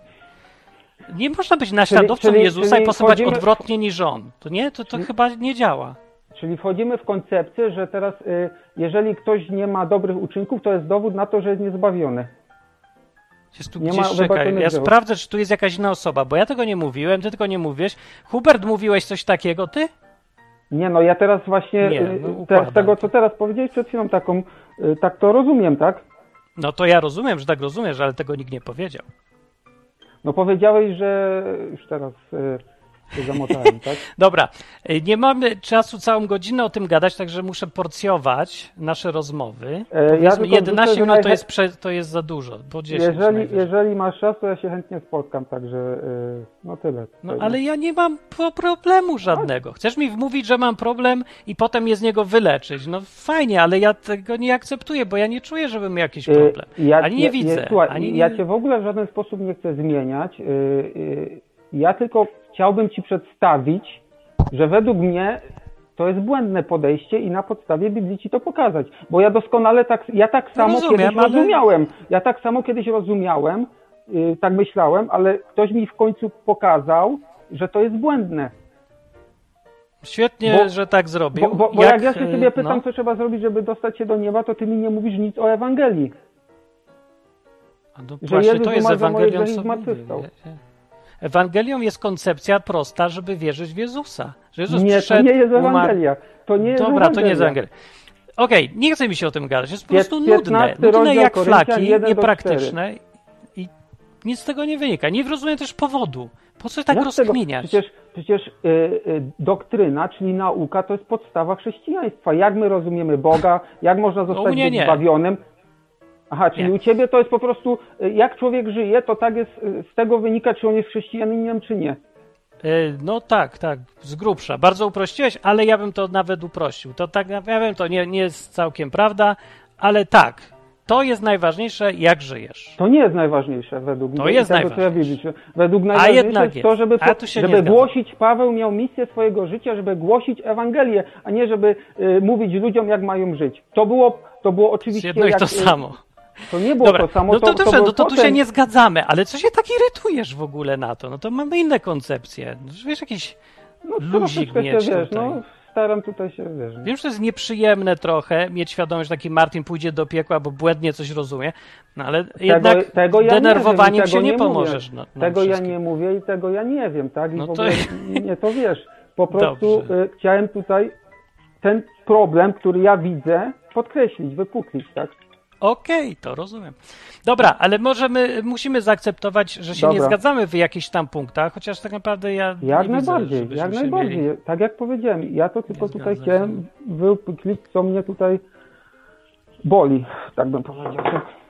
nie można być naśladowcą czyli- Jezusa czyli i postępować wchodzimy- odwrotnie niż on. To nie? To, to chyba nie działa. Czyli wchodzimy w koncepcję, że teraz y, jeżeli ktoś nie ma dobrych uczynków, to jest dowód na to, że jest niezbawiony. Jest tu Nie gdzieś, ma czekaj, wybaczonych ja grzechów. sprawdzę, czy tu jest jakaś inna osoba, bo ja tego nie mówiłem, ty tego nie mówiłeś. Hubert, mówiłeś coś takiego, ty? Nie no, ja teraz właśnie Nie, y, no, te, układam. z tego, co teraz powiedziałeś przed chwilą, taką, y, tak to rozumiem, tak? No to ja rozumiem, że tak rozumiesz, ale tego nikt nie powiedział. No powiedziałeś, że już teraz y, się zamotałem, tak? Dobra, y, nie mamy czasu całą godzinę o tym gadać, także muszę porcjować nasze rozmowy. E, ja Powiedzmy, tylko jedenaście wrzucę, że minut to najchę- jest, prze, to jest za dużo, po dziesięć Jeżeli, najwyżej. jeżeli masz czas, to ja się chętnie spotkam, także y, no tyle. No ale ja nie mam po- problemu żadnego. Chcesz mi wmówić, że mam problem i potem mnie z niego wyleczyć. No fajnie, ale ja tego nie akceptuję, bo ja nie czuję, żebym miał jakiś Y, problem. Ja, Ani nie ja, widzę. Ja, słuchaj, ani nie... ja cię w ogóle w żaden sposób nie chcę zmieniać. Y, y, ja tylko chciałbym ci przedstawić, że według mnie to jest błędne podejście i na podstawie Biblii ci to pokazać. Bo ja doskonale tak, ja tak samo rozumiem, kiedyś ale- rozumiałem. Ja tak samo kiedyś rozumiałem, y, tak myślałem, ale ktoś mi w końcu pokazał, że to jest błędne. Świetnie, Bo- że tak zrobił. Bo, bo, bo jak, ja się y, ciebie pytam, no. co trzeba zrobić, żeby dostać się do nieba, to ty mi nie mówisz nic o Ewangelii. A no że właśnie Jezus to jest umarł za moje Ewangelią grzechy i sobie. zmartwychwstał. Ewangelią jest koncepcja prosta, żeby wierzyć w Jezusa. Że Jezus Nie, to przyszedł, nie jest umarł. Ewangelia. To nie jest Dobra, Ewangelia. to nie jest Ewangelia. Okej, nie chce mi się o tym gadać. Jest po prostu nudne. piętnasty Nudne rozdział jak Koryntian flaki, jeden do niepraktyczne i nic z tego nie wynika. Nie rozumiem też powodu. Po co tak Jak tego? rozkminiać? Przecież, przecież y, y, doktryna, czyli nauka, to jest podstawa chrześcijaństwa. Jak my rozumiemy Boga, jak można zostać No, mnie nie. zbawionym. Aha, czyli Nie. u ciebie to jest po prostu, y, jak człowiek żyje, to tak jest, y, z tego wynika, czy on jest chrześcijaninem, czy nie. Y, No tak, tak, z grubsza. Bardzo uprościłeś, ale ja bym to nawet uprościł. To tak, ja wiem, to nie, nie jest całkiem prawda, ale tak, to jest najważniejsze, jak żyjesz. To nie jest najważniejsze według To mnie. jest tego, co ja najważniejsze. widzę. Według najważniejsze jednak jest to, jest. żeby, A ja tu się nie żeby zgadzam. głosić, Paweł miał misję swojego życia, żeby głosić Ewangelię, a nie żeby y, mówić ludziom, jak mają żyć. To było, to było oczywiście... Jedno i jak, to y, samo. To nie było Dobra, to samo, no to, to, to, to to, było no to tu potem. się nie zgadzamy, ale co się tak irytujesz w ogóle na to? No to mamy inne koncepcje. No, wiesz, jakiś No, luzik troszeczkę mieć się, wiesz, tutaj. no, staram tutaj się, wiesz. Wiem, że to jest nieprzyjemne trochę mieć świadomość, że taki Martin pójdzie do piekła, bo błędnie coś rozumie, no ale jednak tego ja denerwowaniem nie wiem, się tego nie, nie pomożesz. Mówię. No, nam tego ja wszystkim. nie mówię i tego ja nie wiem, tak? I No w to- ogóle nie to wiesz. Po prostu Dobrze. y, chciałem tutaj ten problem, który ja widzę, podkreślić, wypuklić, tak? Okej, to rozumiem. Dobra, ale możemy, musimy zaakceptować, że się nie Dobra. zgadzamy w jakichś tam punktach, chociaż tak naprawdę ja Jak nie najbardziej, widzę, żebyśmy jak się najbardziej. mieli. Tak jak powiedziałem, ja to tylko Nie tutaj zgadzam chciałem wypuklić, co mnie tutaj boli, tak bym powiedział.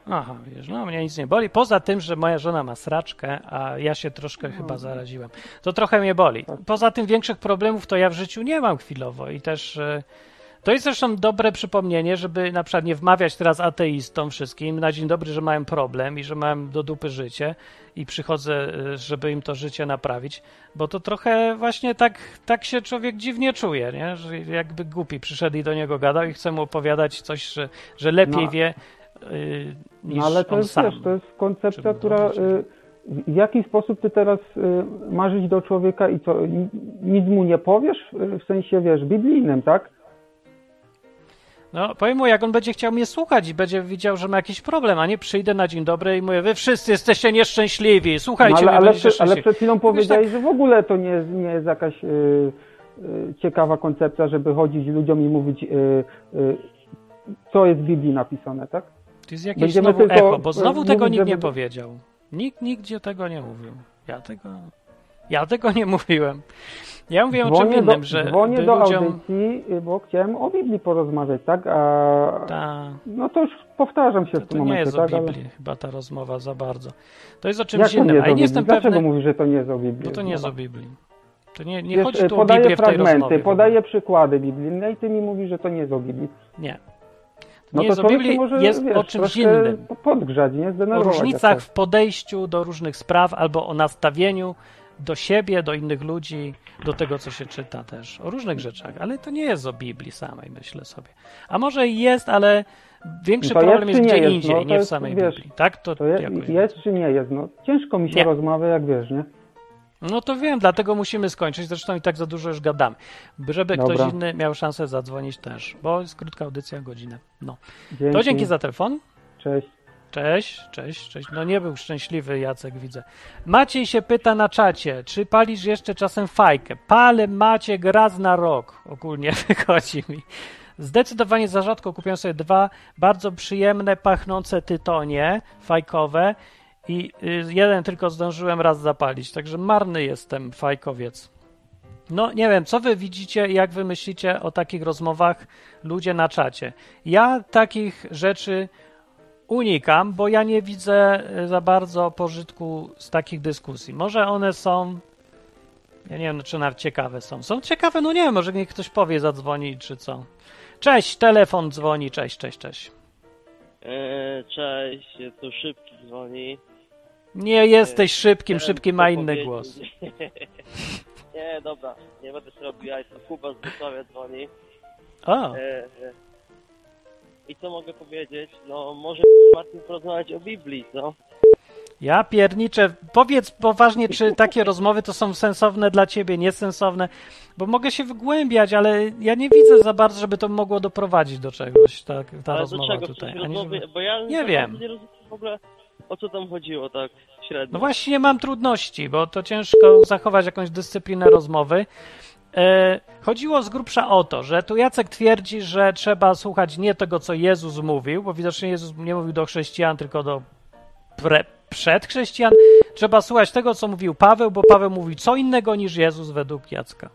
Aha, wiesz, no mnie nic nie boli. Poza tym, że moja żona ma sraczkę, a ja się troszkę no. chyba zaraziłem. To trochę mnie boli. Poza tym większych problemów to ja w życiu nie mam chwilowo i też... To jest zresztą dobre przypomnienie, żeby na przykład nie wmawiać teraz ateistom wszystkim na dzień dobry, że mają problem i że mają do dupy życie i przychodzę, żeby im to życie naprawić, bo to trochę właśnie tak, tak się człowiek dziwnie czuje, nie? Że jakby głupi przyszedł i do niego gadał i chce mu opowiadać coś, że, że lepiej no. wie yy, niż no, ale to on jest, sam. Wiesz, to jest koncepcja, która... Yy, w jaki sposób ty teraz yy, masz iść do człowieka i co, nic mu nie powiesz? W sensie, wiesz, biblijnym, tak? No, powiem mu, jak on będzie chciał mnie słuchać i będzie widział, że ma jakiś problem, a nie przyjdę na dzień dobry i mówię, wy wszyscy jesteście nieszczęśliwi, słuchajcie no, ale, mnie, ale, będziecie ale przed chwilą powiedziałeś, tak... że w ogóle to nie, nie jest jakaś y, y, ciekawa koncepcja, żeby chodzić ludziom i mówić, y, y, co jest w Biblii napisane, tak? To jest jakieś Będziemy znowu tylko echo, bo znowu mówić, tego nikt żeby... nie powiedział. Nikt nigdzie tego nie mówił. Ja tego... Ja tego nie mówiłem. Ja mówię dzwonię o czym innym, do, że dzwonię do ludziom... audycji, bo chciałem o Biblii porozmawiać, tak? A ta... no to już powtarzam się to, w tym to momencie, nie jest tak? o Biblii Ale... chyba ta rozmowa za bardzo. To jest o czymś Jak innym, to nie a ja nie jestem Dlaczego pewny... mówisz, że to nie jest o Biblii? No to nie jest no. o Biblii. To nie, nie Wiesz, chodzi tu o podaję Biblię w tej fragmenty, rozmowie. podaję przykłady biblijne i ty mi mówisz, że to nie jest o Biblii. Nie. No nie to jest o Biblii, może, jest wiesz, o czymś troszkę innym. Podgrzać, nie? O Zdenerwować. różnicach w podejściu do różnych spraw albo o nastawieniu do siebie, do innych ludzi, do tego, co się czyta też. O różnych rzeczach, ale to nie jest o Biblii samej, myślę sobie. A może i jest, ale większy no problem jest, jest gdzie jest, indziej, no, nie w jest, samej wiesz, Biblii. Tak? To, to jest, jakoś jest czy nie jest? No, ciężko mi się nie. rozmawia, jak wiesz, nie? No to wiem, dlatego musimy skończyć. Zresztą i tak za dużo już gadamy. Żeby Dobra. ktoś inny miał szansę zadzwonić też, bo jest krótka audycja, godzinę. No. Dzięki. To dzięki za telefon. Cześć. Cześć, cześć, cześć. No nie był szczęśliwy Jacek, widzę. Maciej się pyta na czacie, czy palisz jeszcze czasem fajkę? Palę, Maciek, raz na rok. Ogólnie wychodzi mi. Zdecydowanie za rzadko kupiłem sobie dwa bardzo przyjemne, pachnące tytonie fajkowe i jeden tylko zdążyłem raz zapalić, także marny jestem fajkowiec. No nie wiem, co wy widzicie, jak wy myślicie o takich rozmowach ludzie na czacie. Ja takich rzeczy unikam, bo ja nie widzę za bardzo pożytku z takich dyskusji. Może one są, ja nie wiem, czy nawet ciekawe są. Są ciekawe? No nie wiem, może niech ktoś powie, zadzwoni, czy co. Cześć, telefon dzwoni, cześć, cześć, cześć. Eee, cześć, tu Szybki dzwoni. Nie jesteś Szybkim, Szybki ma inny głos. Nie, dobra, nie będę się robił, ja jestem Kuba z Wrocławia dzwoni. O. Eee, I co mogę powiedzieć? No może Martin porozmawiać o Biblii, co? Ja pierniczę. Powiedz poważnie, czy takie rozmowy to są sensowne dla ciebie, niesensowne, bo mogę się wygłębiać, ale ja nie widzę za bardzo, żeby to mogło doprowadzić do czegoś, tak, ta ale rozmowa do czego? tutaj. Ani Ani, rozmowy, bo ja nie wiem. Nie rozumiem w ogóle, o co tam chodziło, tak średnio. No właśnie mam trudności, bo to ciężko zachować jakąś dyscyplinę rozmowy. E, chodziło z grubsza o to, że tu Jacek twierdzi, że trzeba słuchać nie tego, co Jezus mówił, bo widocznie Jezus nie mówił do chrześcijan, tylko do pre, przedchrześcijan. Trzeba słuchać tego, co mówił Paweł, bo Paweł mówił co innego niż Jezus według Jacka.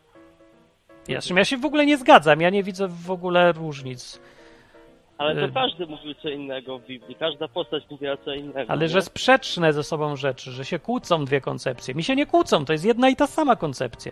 Ja, ja się w ogóle nie zgadzam, ja nie widzę w ogóle różnic. Ale to każdy mówił co innego w Biblii, każda postać mówiła co innego. Ale nie? że sprzeczne ze sobą rzeczy, że się kłócą dwie koncepcje. Mi się nie kłócą, to jest jedna i ta sama koncepcja.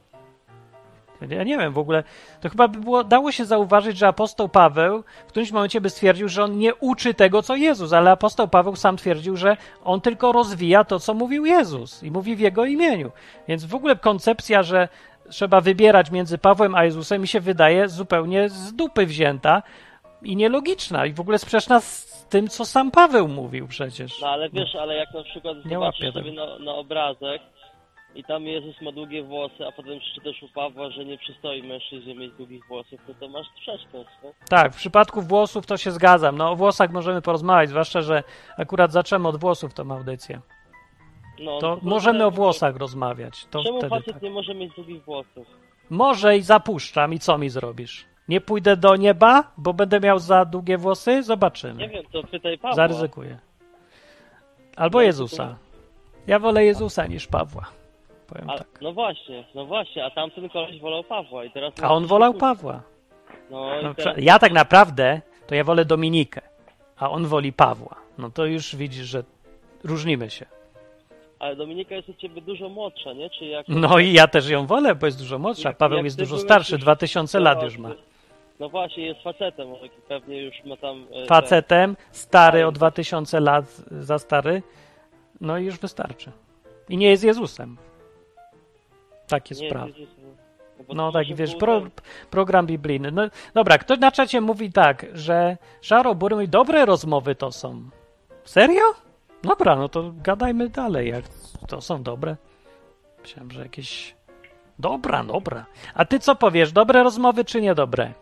Ja nie wiem, w ogóle to chyba by było, dało się zauważyć, że apostoł Paweł w którymś momencie by stwierdził, że on nie uczy tego, co Jezus, ale apostoł Paweł sam twierdził, że on tylko rozwija to, co mówił Jezus i mówi w jego imieniu. Więc w ogóle koncepcja, że trzeba wybierać między Pawłem a Jezusem mi się wydaje zupełnie z dupy wzięta i nielogiczna i w ogóle sprzeczna z tym, co sam Paweł mówił przecież. No ale wiesz, ale jak na przykład Nie zobaczysz łapię sobie na, na obrazek i tam Jezus ma długie włosy, a potem przeczytasz u Pawła, że nie przystoi mężczyźnie mieć długich włosów, to to masz sprzeczność, nie? Tak, w przypadku włosów to się zgadzam. No o włosach możemy porozmawiać, zwłaszcza, że akurat zaczęmy od włosów tą audycję. No, To to możemy o włosach rozmawiać. To czemu wtedy facet tak. nie może mieć długich włosów? Może i zapuszczam i co mi zrobisz? Nie pójdę do nieba, bo będę miał za długie włosy? Zobaczymy. Nie wiem, to pytaj Pawła. Zaryzykuję. Albo Jezusa. Ja wolę Jezusa niż Pawła. Powiem A, tak. no właśnie, no właśnie, a tamten koleś wolał Pawła i teraz... A on wolał Pawła. No, No, i teraz... ja tak naprawdę, to ja wolę Dominikę. a on woli Pawła. No to już widzisz, że różnimy się. Ale Dominika jest od ciebie dużo młodsza, nie? Czy jak... No i ja też ją wolę, bo jest dużo młodsza. Jak- Paweł jak jest ty dużo byłeś starszy, już dwa tysiące lat już ma. No właśnie, jest facetem, ale pewnie już ma tam... e, Facetem, stary o dwa tysiące lat za stary, no i już wystarczy. I nie jest Jezusem. Takie te- nie, sprawy. nie, nie, nie. bo No to tak, może wiesz, był pro, ten- program biblijny. No dobra, ktoś na czacie mówi tak, że Szaro Bury mówi, dobre rozmowy to są. Serio? Dobra, no to gadajmy dalej, jak to są dobre. Myślałem, że jakieś... Dobra, dobra. A ty co powiesz, dobre rozmowy czy niedobre?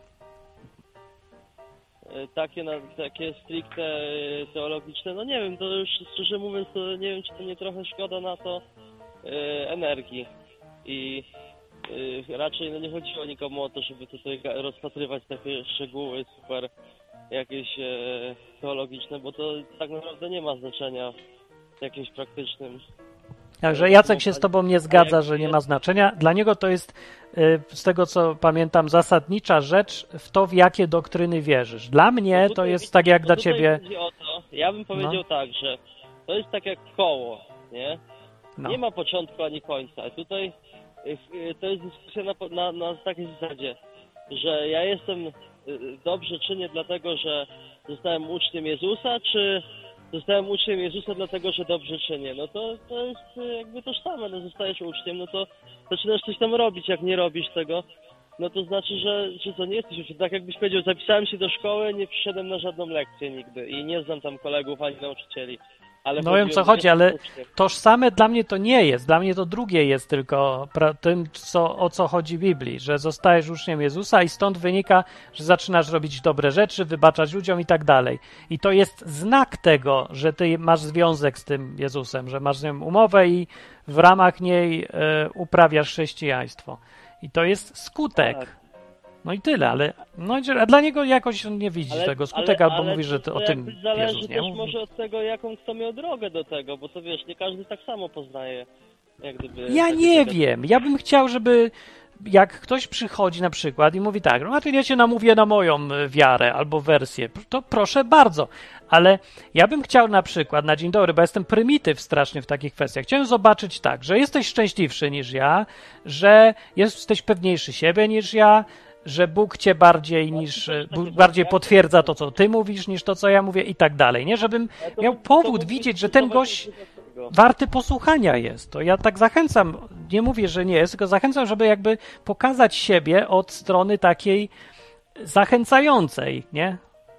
e, takie, na, takie stricte e, teologiczne, no nie wiem, to już szczerze mówiąc, to nie wiem, czy to nie trochę szkoda na to e, energii. I e, raczej no nie chodziło nikomu o to, żeby tutaj ga- rozpatrywać takie szczegóły super jakieś e, teologiczne, bo to tak naprawdę nie ma znaczenia jakimś praktycznym. Także Jacek się z tobą nie zgadza, że nie ma znaczenia. Dla niego to jest, y, z tego co pamiętam, zasadnicza rzecz w to, w jakie doktryny wierzysz. Dla mnie No to tutaj jest widzisz, tak jak no dla tutaj ciebie... chodzi o to, ja bym powiedział No. tak, że to jest tak jak koło, nie? No. Nie ma początku ani końca. Tutaj y, y, to jest dyskusja na, na, na takiej zasadzie, że ja jestem y, dobrze czynię dlatego, że zostałem uczniem Jezusa, czy zostałem uczniem Jezusa dlatego, że dobrze czynię. No to, to jest y, jakby tożsame, no zostajesz uczniem, no to zaczynasz coś tam robić, jak nie robisz tego, no to znaczy, że, że to nie jesteś uczniem. Tak jakbyś powiedział, zapisałem się do szkoły, nie przyszedłem na żadną lekcję nigdy i nie znam tam kolegów ani nauczycieli. Ale No wiem, co chodziło, chodzi, że ale jestem uczniem. tożsame dla mnie to nie jest. Dla mnie to drugie jest tylko pra- tym, co, o co chodzi w Biblii, że zostajesz uczniem Jezusa i stąd wynika, że zaczynasz robić dobre rzeczy, wybaczać ludziom i tak dalej. I to jest znak tego, że ty masz związek z tym Jezusem, że masz z nim umowę i w ramach niej e, uprawiasz chrześcijaństwo. I to jest skutek. Tak. No i tyle, ale no, a dla niego jakoś on nie widzi Ale- tego skutek, ale- albo ale mówi, że to, to o tym jakby zależy Jezus nie też mówi. może od tego, jaką kto miał drogę do tego, bo to wiesz, nie każdy tak samo poznaje, jak gdyby... Ja takie nie zagadnienia. wiem. Ja bym chciał, żeby jak ktoś przychodzi na przykład i mówi tak, no Martin, ja cię namówię na moją y, wiarę albo wersję, to proszę bardzo. Ale ja bym chciał na przykład, na dzień dobry, bo jestem prymityw strasznie w takich kwestiach, chciałem zobaczyć tak, że jesteś szczęśliwszy niż ja, że jesteś pewniejszy siebie niż ja, że Bóg cię bardziej niż, y, Bóg bardziej potwierdza to, co ty mówisz, niż to, co ja mówię i tak dalej, nie? Żebym Ale to miał mógł- to powód mógł widzieć, być że ten tylko gość właśnie dlatego. warty posłuchania jest. To ja tak zachęcam, nie mówię, że nie jest, tylko zachęcam, żeby jakby pokazać siebie od strony takiej zachęcającej, nie?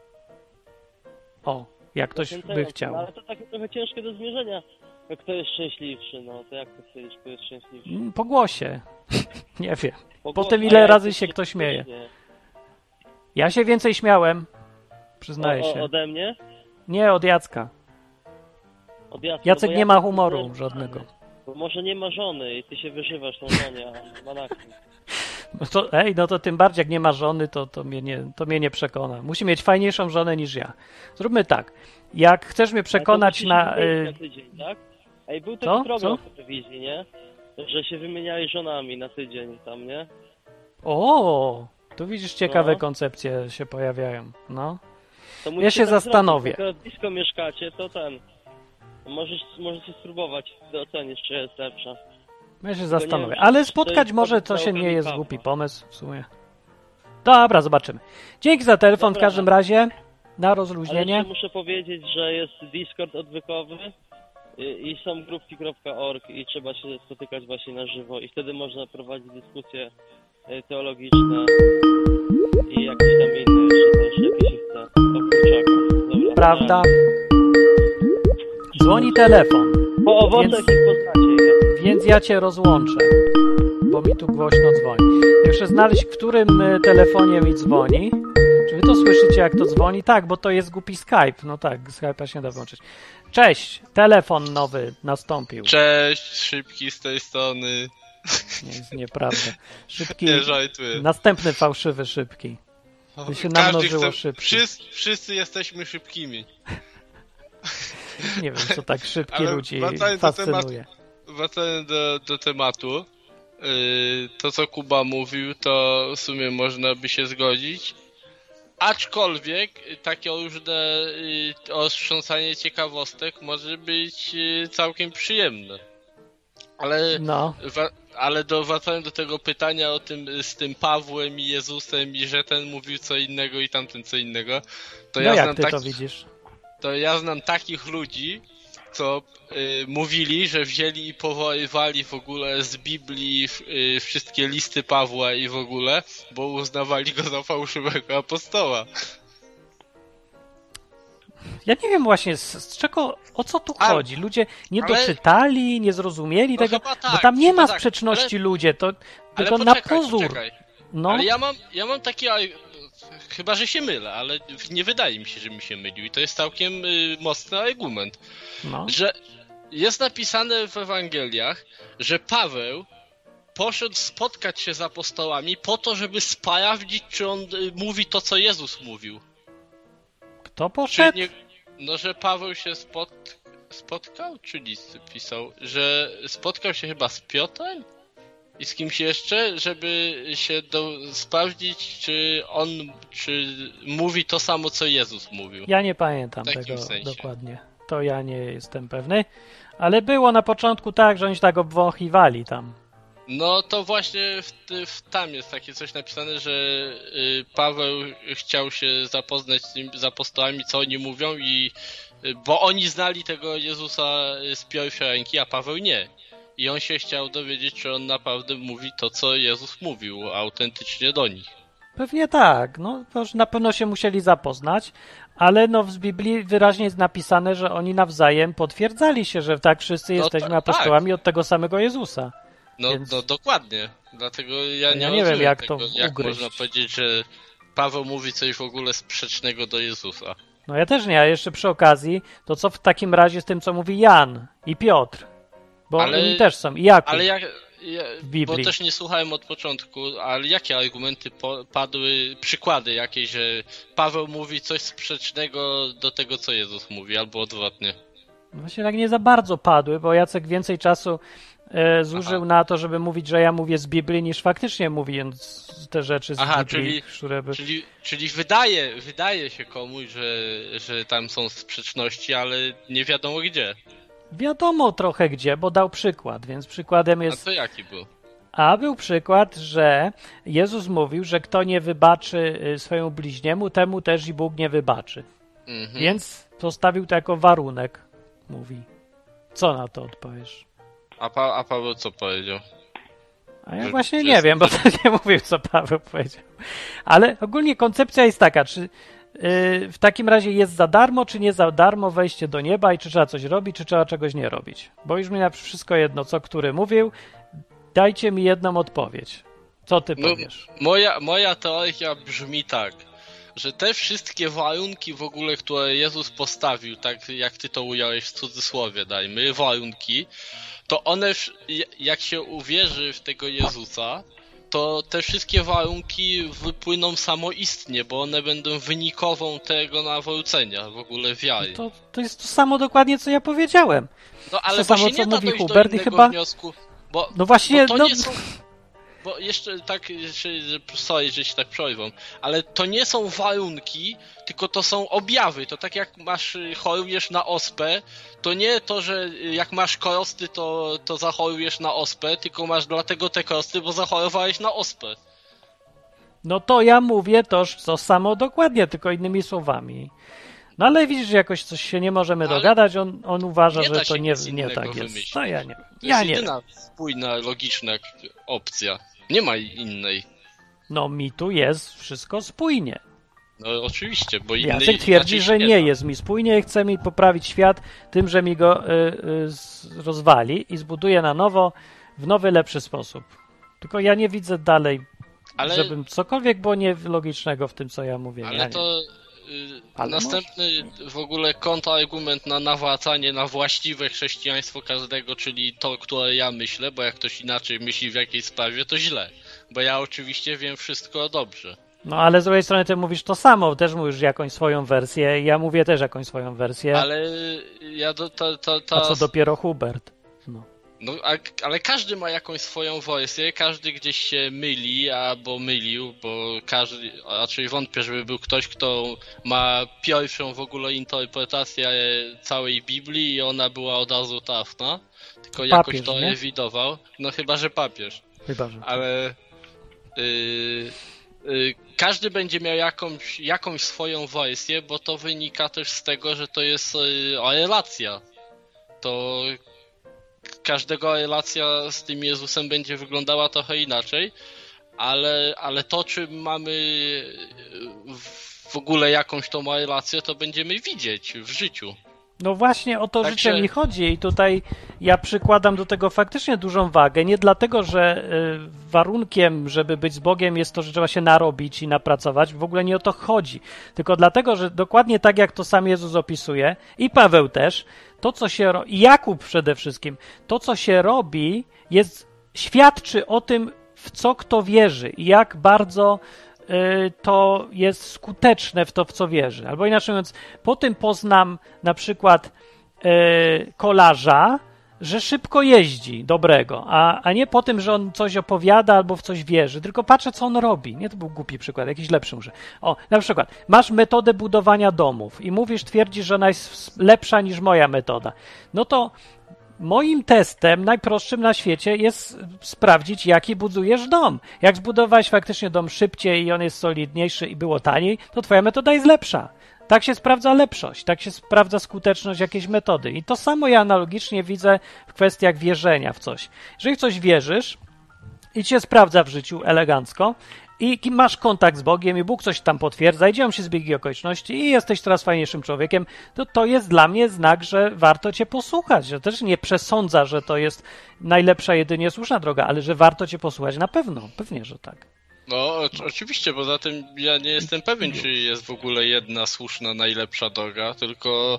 O, jak ktoś by Zachęcające, chciał. No, ale to takie trochę ciężkie do zmierzenia. Kto jest szczęśliwszy, no to jak to powiedzieć, kto jest szczęśliwszy? Mm, Po głosie. Nie wiem. Po Po tym, głosie, ile a ja razy jestem się ktoś śmieje. szczęśliwszy. Ja się więcej śmiałem, przyznaję O, o, się. ode mnie? Nie, od Jacka. Od Jacka, Jacek no bo nie ma Jacek humoru jest żadnego. Bo może nie ma żony i ty się wyżywasz tą żonie, a ma na kim. No to, ej, no to tym bardziej jak nie ma żony, to, to, mnie nie, to mnie nie przekona. Musi mieć fajniejszą żonę niż ja. Zróbmy tak. Jak chcesz mnie przekonać na... Ale to musisz Y, na tydzień, tak? Ej, był taki Co? program Co? w telewizji, nie? Że się wymieniali żonami na tydzień tam, nie? O, tu widzisz, ciekawe No. koncepcje się pojawiają. No. To Ja musicie się tak zastanowię. Zrobić. Jak blisko mieszkacie, to ten... Możesz, możecie spróbować, by ocenić, czy jest lepsza. Ja się nie zastanowię. wiem, Ale czy to spotkać jest może pomysł to na się nie obrony jest Pawła. głupi pomysł w sumie. Dobra, zobaczymy. Dzięki za telefon w Dobra. każdym razie. Na Ale rozluźnienie. jeszcze muszę powiedzieć, że jest Discord odwykowy i, i są grupki kropka org i trzeba się spotykać właśnie na żywo i wtedy można prowadzić dyskusje e, teologiczne i jakieś tam inne jeszcze też, jakie się chce. O kurczakach. Dobra. Prawda? Dzwoni telefon, Po owocach Więc- ich poznacie. Ja. więc ja cię rozłączę, bo mi tu głośno dzwoni. Muszę znaleźć, w którym y, telefonie mi dzwoni. Czy wy to słyszycie, jak to dzwoni? Tak, bo to jest głupi Skype. No tak, Skype'a się nie da włączyć. Cześć, telefon nowy nastąpił. Cześć, Szybki z tej strony. Nie, jest nieprawda. Szybki, Nie żartuję. następny fałszywy Szybki. To się Każdy namnożyło chce, Szybki. wszyscy, wszyscy jesteśmy szybkimi. Nie wiem, co tak szybkie Ale ludzi wracając do fascynuje. Wracając do, do tematu, yy, to co Kuba mówił, to w sumie można by się zgodzić, Aczkolwiek takie różne y, ostrząsanie ciekawostek może być y, całkiem przyjemne. Ale, No. wa, ale do, wracając do tego pytania o tym z tym Pawłem i Jezusem i że ten mówił co innego i tamten co innego, to No ja jak znam ty to takich, widzisz? to ja znam takich ludzi, co y, mówili, że wzięli i powoływali w ogóle z Biblii y, wszystkie listy Pawła i w ogóle, bo uznawali go za fałszywego apostoła. Ja nie wiem właśnie z, z czego, o co tu Ale- chodzi. Ludzie nie ale- doczytali, nie zrozumieli No tego, chyba tak, bo tam nie chyba ma tak, sprzeczności ale- ludzie, to Ale tylko poczekaj, na pozór. poczekaj. No, Ale ja mam, ja mam taki, a- chyba że się mylę, ale nie wydaje mi się, że mi się mylił i to jest całkiem y, mocny argument, no. że jest napisane w Ewangeliach, że Paweł poszedł spotkać się z apostołami po to, żeby sprawdzić, czy on y, mówi to, co Jezus mówił. Kto Czy poszedł? nie, no, że Paweł się spot, spotkał, czy listy pisał? Że spotkał się chyba z Piotrem? I z kimś jeszcze, żeby się do, sprawdzić, czy on, czy mówi to samo, co Jezus mówił. Ja nie pamiętam W takim tego sensie. dokładnie. To ja nie jestem pewny. Ale było na początku tak, że oni się tak obwąchiwali tam. No to właśnie w, ty- w, tam jest takie coś napisane, że y, Paweł chciał się zapoznać z, tym, z apostołami, co oni mówią i y, bo oni znali tego Jezusa y, z pierwszej ręki, a Paweł nie. I on się chciał dowiedzieć, czy on naprawdę mówi to, co Jezus mówił, autentycznie do nich. Pewnie tak, no to już na pewno się musieli zapoznać, ale no w Biblii wyraźnie jest napisane, że oni nawzajem potwierdzali się, że tak wszyscy No jesteśmy ta- apostołami od tego samego Jezusa. No, Więc- no dokładnie. Dlatego ja Ja nie, nie wiem, rozumiem jak tego, to jak ugryźć. można powiedzieć, że Paweł mówi coś w ogóle sprzecznego do Jezusa. No ja też nie, a jeszcze przy okazji, to co w takim razie z tym, co mówi Jan i Piotr? Bo Ale- oni też są, i Jakub. Ale jak, ja, W Biblii. bo też nie słuchałem od początku, ale jakie argumenty po, padły, przykłady jakieś, że Paweł mówi coś sprzecznego do tego, co Jezus mówi, albo odwrotnie. Właśnie tak nie za bardzo padły, bo Jacek więcej czasu e, zużył Aha. na to, żeby mówić, że ja mówię z Biblii, niż faktycznie mówiąc te rzeczy z Aha, Biblii, czyli- które by... Czyli, czyli wydaje, wydaje się komuś, że, że tam są sprzeczności, ale nie wiadomo gdzie. Wiadomo trochę gdzie, bo dał przykład, więc przykładem A jest... to jaki był? A był przykład, że Jezus mówił, że kto nie wybaczy y, swojemu bliźniemu, temu też i Bóg nie wybaczy. Mhm. Więc postawił to jako warunek, mówi. Co na to odpowiesz? A, pa, a Paweł co powiedział? A ja Że- właśnie że nie jest- wiem, bo to nie mówił, co Paweł powiedział. Ale ogólnie koncepcja jest taka, czy yy, w takim razie jest za darmo, czy nie za darmo wejście do nieba i czy trzeba coś robić, czy trzeba czegoś nie robić. Bo już mi na wszystko jedno, co który mówił. Dajcie mi jedną odpowiedź. Co ty No, powiesz? Moja, moja teoria brzmi tak, że te wszystkie warunki w ogóle, które Jezus postawił, tak jak ty to ująłeś w cudzysłowie, dajmy, warunki, to one, wsz- jak się uwierzy w tego Jezusa, to te wszystkie warunki wypłyną samoistnie, bo one będą wynikową tego nawrócenia, w ogóle wiary. To, to jest to samo dokładnie, co ja powiedziałem. No ale to właśnie samo, co nie da mówi dojść Hubert do i innego chyba- wniosku, bo, No właśnie, bo to no... nie są... Bo jeszcze tak, jeszcze, sorry, że się tak przerwą, ale to nie są warunki, tylko to są objawy. To tak jak masz, y, chorujesz na ospę, to nie to, że y, jak masz krosty, to, to zachorujesz na ospę, tylko masz dlatego te krosty, bo zachorowałeś na ospę. No to ja mówię toż to samo dokładnie, tylko innymi słowami. No ale widzisz, że jakoś coś się nie możemy Ale dogadać, on, on uważa, nie że da to się nie, nic nie innego tak jest. wymyślić. No ja nie wiem. To Ja jest nie wiem. jedyna spójna, logiczna opcja. Nie ma innej. No mi tu jest wszystko spójnie. No oczywiście, bo innej Jacek twierdzi, inaczej że się nie da. jest mi spójnie i chce mi poprawić świat tym, że mi go y, y, z- rozwali i zbuduje na nowo, w nowy, lepszy sposób. Tylko ja nie widzę dalej, Ale, żebym cokolwiek było nielogicznego w tym, co ja mówię. ale ja nie. to y, Ale następny w ogóle kontrargument na nawracanie na właściwe chrześcijaństwo każdego, czyli to, które ja myślę, bo jak ktoś inaczej myśli w jakiejś sprawie, to źle. Bo ja oczywiście wiem wszystko dobrze. No ale z drugiej strony ty mówisz to samo, też mówisz jakąś swoją wersję i ja mówię też jakąś swoją wersję. Ale ja do, ta, ta, ta, A co dopiero Hubert? No. No, a, ale każdy ma jakąś swoją wersję, każdy gdzieś się myli albo mylił, bo każdy, a raczej wątpię, żeby był ktoś, kto ma pierwszą w ogóle interpretację całej Biblii i ona była od razu trafna, tylko Papież, jakoś to nie? ewidował. No chyba, że papież. Chyba, że. Ale yy, yy, każdy będzie miał jakąś, jakąś swoją wersję, bo to wynika też z tego, że to jest yy, relacja. To każdego relacja z tym Jezusem będzie wyglądała trochę inaczej, ale, ale to, czy mamy w ogóle jakąś tą relację, to będziemy widzieć w życiu. No właśnie o to Tak życie się- mi chodzi i tutaj ja przykładam do tego faktycznie dużą wagę. Nie dlatego, że y, warunkiem, żeby być z Bogiem jest to, że trzeba się narobić i napracować. W ogóle nie o to chodzi. Tylko dlatego, że dokładnie tak jak to sam Jezus opisuje i Paweł też, to co się ro- i Jakub przede wszystkim, to co się robi jest, świadczy o tym, w co kto wierzy i jak bardzo y, to jest skuteczne w to, w co wierzy. Albo inaczej mówiąc, po tym poznam na przykład y, kolarza, że szybko jeździ, dobrego, a, a nie po tym, że on coś opowiada albo w coś wierzy, tylko patrzę, co on robi. Nie, to był głupi przykład, jakiś lepszy może. O, na przykład, masz metodę budowania domów i mówisz, twierdzisz, że ona jest lepsza niż moja metoda. No to moim testem, najprostszym na świecie, jest sprawdzić, jaki budujesz dom. Jak zbudowałeś faktycznie dom szybciej i on jest solidniejszy i było taniej, to twoja metoda jest lepsza. Tak się sprawdza lepszość, tak się sprawdza skuteczność jakiejś metody. I to samo ja analogicznie widzę w kwestiach wierzenia w coś. Jeżeli w coś wierzysz i ci się sprawdza w życiu elegancko i masz kontakt z Bogiem i Bóg coś tam potwierdza, i dzieją się zbiegi okoliczności i jesteś coraz fajniejszym człowiekiem, to to jest dla mnie znak, że warto cię posłuchać. Że też nie przesądza, że to jest najlepsza, jedynie słuszna droga, ale że warto cię posłuchać na pewno. Pewnie, że tak. No o- oczywiście, poza tym ja nie jestem pewien, czy jest w ogóle jedna słuszna, najlepsza droga, tylko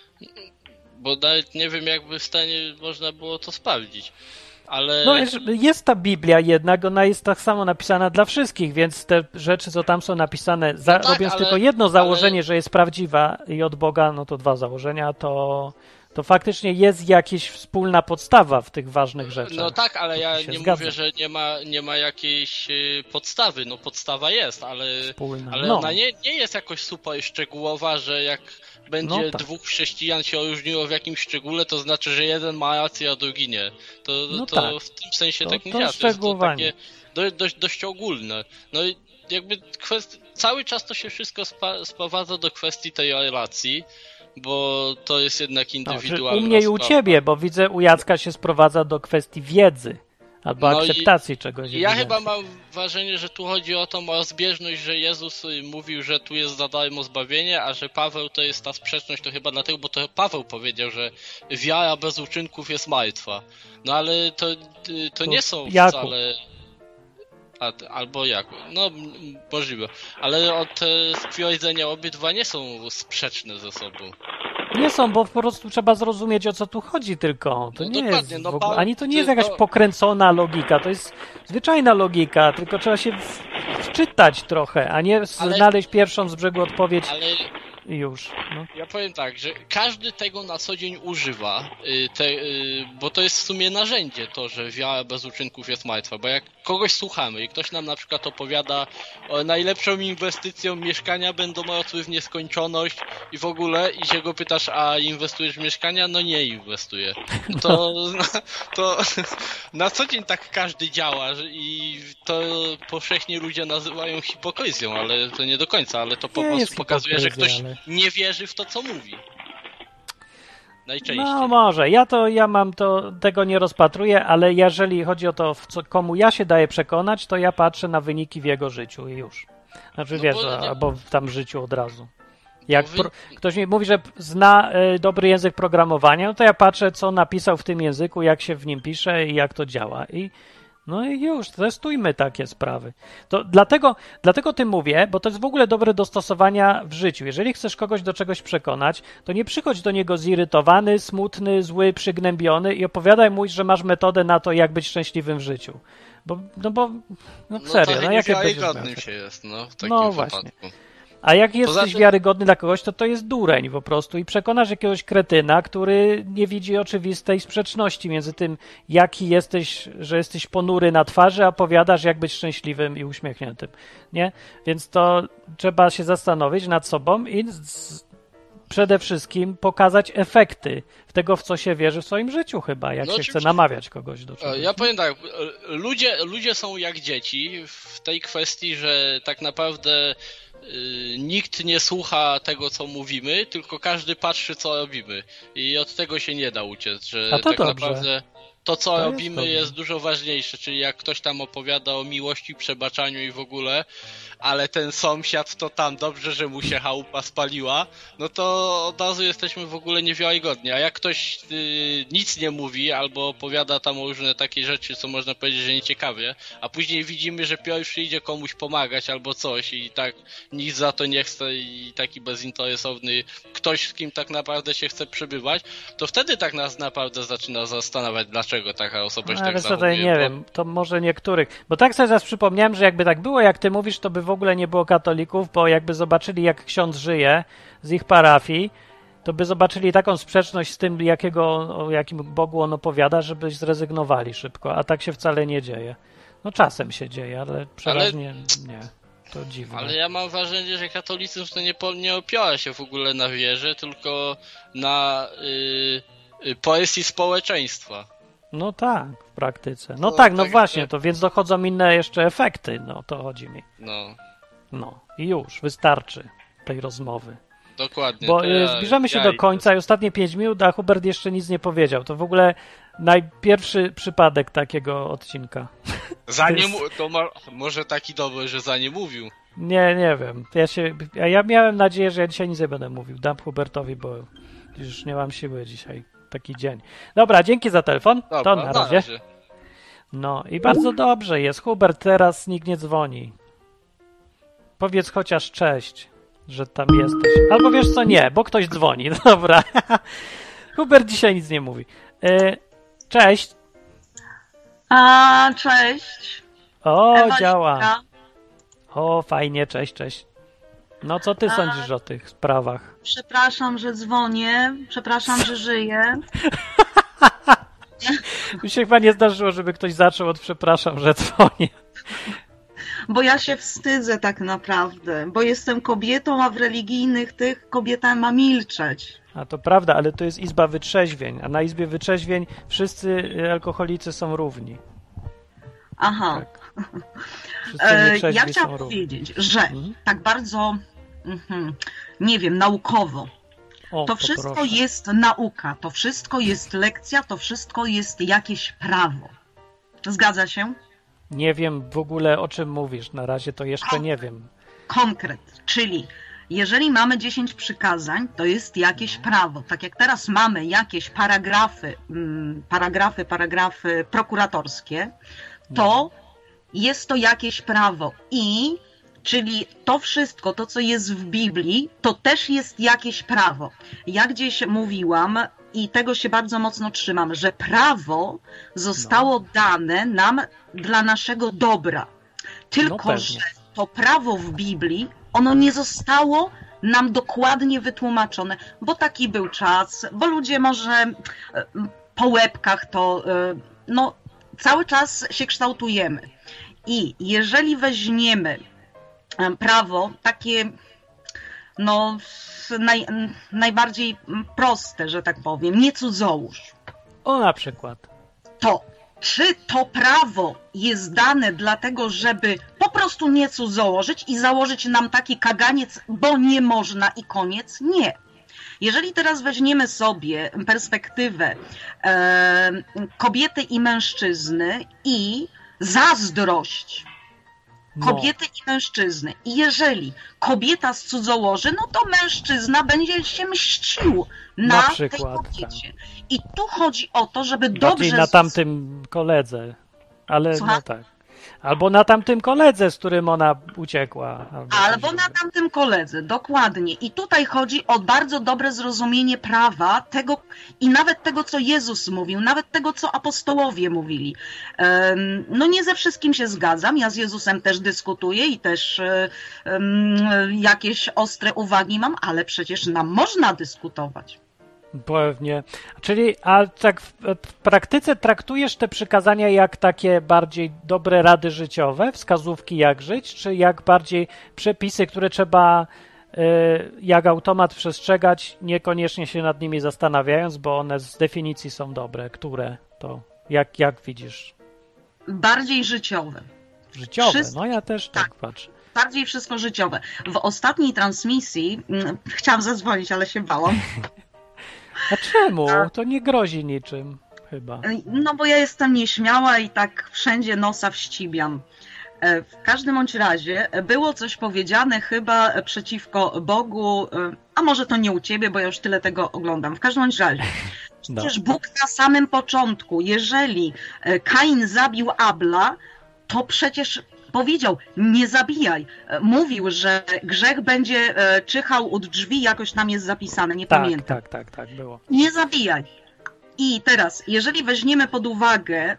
bo nawet nie wiem, jakby w stanie można było to sprawdzić. Ale No jest- jest ta Biblia jednak, ona jest tak samo napisana dla wszystkich, więc te rzeczy, co tam są napisane, za, tak, robiąc ale- tylko jedno założenie, ale- że jest prawdziwa i od Boga, no to dwa założenia, to, to faktycznie jest jakaś wspólna podstawa w tych ważnych rzeczach. no tak, ale To ja się nie zgadza. mówię, że nie ma, nie ma jakiejś y, podstawy. No podstawa jest, ale, Wspólna. ale No. ona nie, nie jest jakoś super szczegółowa, że jak będzie No tak. dwóch chrześcijan się różniło w jakimś szczególe, to znaczy, że jeden ma rację, a drugi nie. To, No to tak. w tym sensie To- tak nie to działa. To jest to szczegółowanie. takie do, dość, dość ogólne. No i jakby kwest... cały czas to się wszystko spa, sprowadza do kwestii tej relacji, bo to jest jednak No, że indywidualna u mnie i u sprawa. ciebie, bo widzę u Jacka się sprowadza do kwestii wiedzy albo No i- akceptacji czegoś. Ja ewidentnie. chyba mam wrażenie, że tu chodzi o tą rozbieżność, że Jezus y, mówił, że tu jest za darmo zbawienie, a że Paweł to jest ta sprzeczność, to chyba dlatego, bo to Paweł powiedział, że wiara bez uczynków jest martwa. No ale to, y, to To nie są Jakub. wcale... A, albo jak? No m, możliwe. Ale od te stwierdzenia obydwa nie są sprzeczne ze sobą. Nie są, bo po prostu trzeba zrozumieć, o co tu chodzi tylko. To No nie dokładnie, jest no w ogóle, pa- ani to nie ty- jest jakaś no- pokręcona logika, to jest zwyczajna logika, tylko trzeba się w, wczytać trochę, a nie Ale- znaleźć pierwszą z brzegu odpowiedź Ale i już. No. ja powiem tak, że każdy tego na co dzień używa, y, te, y, bo to jest w sumie narzędzie to, że wiara bez uczynków jest martwa, bo jak kogoś słuchamy i ktoś nam na przykład opowiada o najlepszą inwestycją mieszkania będą rosły w nieskończoność i w ogóle i się go pytasz, a inwestujesz w mieszkania? No nie inwestuję. To, to na co dzień tak każdy działa że- i to powszechnie ludzie nazywają hipokryzją, ale to nie do końca, ale to po Nie prostu jest pokazuje, że hipokryzja, ktoś ale- nie wierzy w to, co mówi. Najczęściej. No może, ja to, ja mam to, tego nie rozpatruję, ale jeżeli chodzi o to, w co, komu ja się daję przekonać, to ja patrzę na wyniki w jego życiu i już. Znaczy No wiesz, bo nie- albo w tam życiu od razu. Jak wy- pro, ktoś mi mówi, że zna y, dobry język programowania, no to ja patrzę, co napisał w tym języku, jak się w nim pisze i jak to działa. I no i już, testujmy takie sprawy. To dlatego, dlatego tym mówię, bo to jest w ogóle dobre do stosowania w życiu. Jeżeli chcesz kogoś do czegoś przekonać, to nie przychodź do niego zirytowany, smutny, zły, przygnębiony i opowiadaj mu, że masz metodę na to, jak być szczęśliwym w życiu. Bo, no bo, no No serio, to no jakie będziesz niewiarygodnym miał? się jest, no, w takim No wypadku. właśnie. A jak jesteś tym... wiarygodny dla kogoś, to to jest dureń po prostu i przekonasz jakiegoś kretyna, który nie widzi oczywistej sprzeczności między tym, jaki jesteś, że jesteś ponury na twarzy, a powiadasz, jak być szczęśliwym i uśmiechniętym, nie? Więc to trzeba się zastanowić nad sobą i z... przede wszystkim pokazać efekty tego, w co się wierzy w swoim życiu chyba, jak no, się oczywiście. chce namawiać kogoś do czegoś. Ja powiem tak, ludzie, ludzie są jak dzieci w tej kwestii, że tak naprawdę y, nikt nie słucha tego, co mówimy, tylko każdy patrzy, co robimy. I od tego się nie da uciec, że A to tak dobrze. naprawdę to, co To robimy, jest, jest dużo ważniejsze. Czyli jak ktoś tam opowiada o miłości, przebaczaniu i w ogóle, ale ten sąsiad to tam dobrze, że mu się chałupa spaliła, no to od razu jesteśmy w ogóle niewiarygodni. A jak ktoś y, nic nie mówi albo opowiada tam o różne takie rzeczy, co można powiedzieć, że nieciekawie, a później widzimy, że pierwszy idzie komuś pomagać albo coś i tak nic za to nie chce i taki bezinteresowny ktoś, z kim tak naprawdę się chce przebywać, to wtedy tak nas naprawdę zaczyna zastanawiać, dlaczego taka osoba się Ale tak co tutaj zachowuje. nie Bo... wiem, to może niektórych. Bo tak sobie zaraz przypomniałem, że jakby tak było, jak ty mówisz, to by w ogóle nie było katolików, bo jakby zobaczyli, jak ksiądz żyje z ich parafii, to by zobaczyli taką sprzeczność z tym, jakiego, o jakim Bogu on opowiada, żeby zrezygnowali szybko, a tak się wcale nie dzieje. No czasem się dzieje, ale przeważnie ale... nie. To dziwne. Ale ja mam wrażenie, że katolicyzm to nie, po, nie opiera się w ogóle na wierze, tylko na yy, poezji społeczeństwa. No tak, w praktyce. No, no tak, no tak, właśnie, tak. to więc dochodzą inne jeszcze efekty, no to chodzi mi. No. No i już, wystarczy tej rozmowy. Dokładnie. Bo ja, zbliżamy się ja do końca to... i ostatnie pięć minut, a Hubert jeszcze nic nie powiedział. To w ogóle najpierwszy przypadek takiego odcinka. Za nie jest... mu... To ma... może taki dobry, że za nie mówił. Nie, nie wiem. Ja, się... ja miałem nadzieję, że ja dzisiaj nic nie będę mówił. Dam Hubertowi, bo już nie mam siły dzisiaj. Taki dzień. Dobra, dzięki za telefon. Dobra, to na razie. razie. No i bardzo dobrze jest. Hubert, teraz nikt nie dzwoni. Powiedz chociaż cześć, że tam jesteś. Albo wiesz co, nie, bo ktoś dzwoni. Dobra. Hubert dzisiaj nic nie mówi. E, cześć. A, cześć. O, Ewa działa. Lipka. O, fajnie, cześć, cześć. No co ty A... sądzisz o tych sprawach? Przepraszam, że dzwonię. Przepraszam, że żyję. Mi się chyba nie zdarzyło, żeby ktoś zaczął od przepraszam, że dzwonię. Bo ja się wstydzę tak naprawdę, bo jestem kobietą, a w religijnych tych kobieta ma milczeć. A to prawda, ale to jest izba wytrzeźwień, a na izbie wytrzeźwień wszyscy alkoholicy są równi. Aha. Tak. Wszyscy ja chciałam powiedzieć, że mhm. tak bardzo, mhm, nie wiem, naukowo, o, to wszystko proszę. jest nauka, to wszystko jest lekcja, to wszystko jest jakieś prawo. Zgadza się? Nie wiem w ogóle, o czym mówisz. Na razie to jeszcze Konkret. nie wiem. Konkret, czyli jeżeli mamy dziesięć przykazań, to jest jakieś prawo. Tak jak teraz mamy jakieś paragrafy, mm, paragrafy, paragrafy prokuratorskie, to jest to jakieś prawo. I czyli to wszystko, to co jest w Biblii, to też jest jakieś prawo. Ja gdzieś mówiłam i tego się bardzo mocno trzymam, że prawo zostało no. dane nam dla naszego dobra. Tylko, no że to prawo w Biblii, ono nie zostało nam dokładnie wytłumaczone, bo taki był czas, bo ludzie może po łebkach to, no cały czas się kształtujemy. I jeżeli weźmiemy prawo takie, no naj, najbardziej proste, że tak powiem, nie cudzołóż. O, na przykład. To czy to prawo jest dane dlatego, żeby po prostu nie cudzołożyć i założyć nam taki kaganiec, bo nie można i koniec? Nie. Jeżeli teraz weźmiemy sobie perspektywę e, kobiety i mężczyzny i zazdrość kobiety no. i mężczyzny. I jeżeli kobieta cudzołoży, no to mężczyzna będzie się mścił na, na przykład, tej kobiecie. Tak. I tu chodzi o to, żeby Bardziej dobrze... na tamtym koledze. Ale Słucham? no tak. Albo na tamtym koledze, z którym ona uciekła. Albo, Albo na tamtym koledze, dokładnie. I tutaj chodzi o bardzo dobre zrozumienie prawa tego i nawet tego, co Jezus mówił, nawet tego, co apostołowie mówili. No nie ze wszystkim się zgadzam, ja z Jezusem też dyskutuję i też um, jakieś ostre uwagi mam, ale przecież nam można dyskutować. Pewnie. Czyli, a tak w, w praktyce traktujesz te przykazania jak takie bardziej dobre rady życiowe, wskazówki jak żyć, czy jak bardziej przepisy, które trzeba y, jak automat przestrzegać, niekoniecznie się nad nimi zastanawiając, bo one z definicji są dobre. Które to? Jak, jak widzisz? Bardziej życiowe. Życiowe? Wszystko, no ja też tak, tak patrzę. Bardziej wszystko życiowe. W ostatniej transmisji mm, chciałam zadzwonić, ale się bałam. A czemu? To nie grozi niczym, chyba. No bo ja jestem nieśmiała i tak wszędzie nosa wścibiam. W każdym bądź razie było coś powiedziane chyba przeciwko Bogu, a może to nie u ciebie, bo ja już tyle tego oglądam. W każdym bądź razie. Przecież no. Bóg na samym początku, jeżeli Kain zabił Abla, to przecież powiedział, nie zabijaj. Mówił, że grzech będzie czyhał od drzwi, jakoś tam jest zapisane, nie tak, pamiętam. Tak, tak, tak, było. Nie zabijaj. I teraz, jeżeli weźmiemy pod uwagę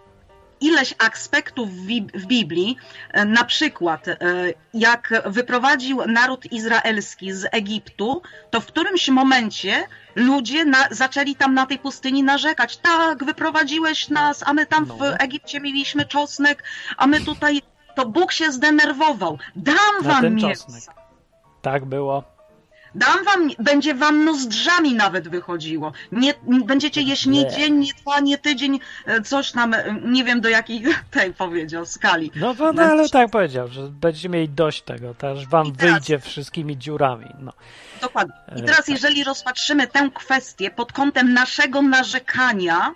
ileś aspektów w Biblii, na przykład jak wyprowadził naród izraelski z Egiptu, to w którymś momencie ludzie na, zaczęli tam na tej pustyni narzekać. Tak, wyprowadziłeś nas, a my tam no. w Egipcie mieliśmy czosnek, a my tutaj... To Bóg się zdenerwował. Dam na wam ten mięso. Czosnek. Tak było. Dam wam, będzie wam nozdrzami nawet wychodziło. Nie, będziecie jeść nie dzień, nie dwa, nie tydzień, coś tam, nie wiem do jakiej tej powiedział, skali. No, no, no ale tak powiedział, że będziecie mieli dość tego, to aż wam teraz, wyjdzie wszystkimi dziurami. No. Dokładnie. I teraz e, jeżeli tak. rozpatrzymy tę kwestię pod kątem naszego narzekania,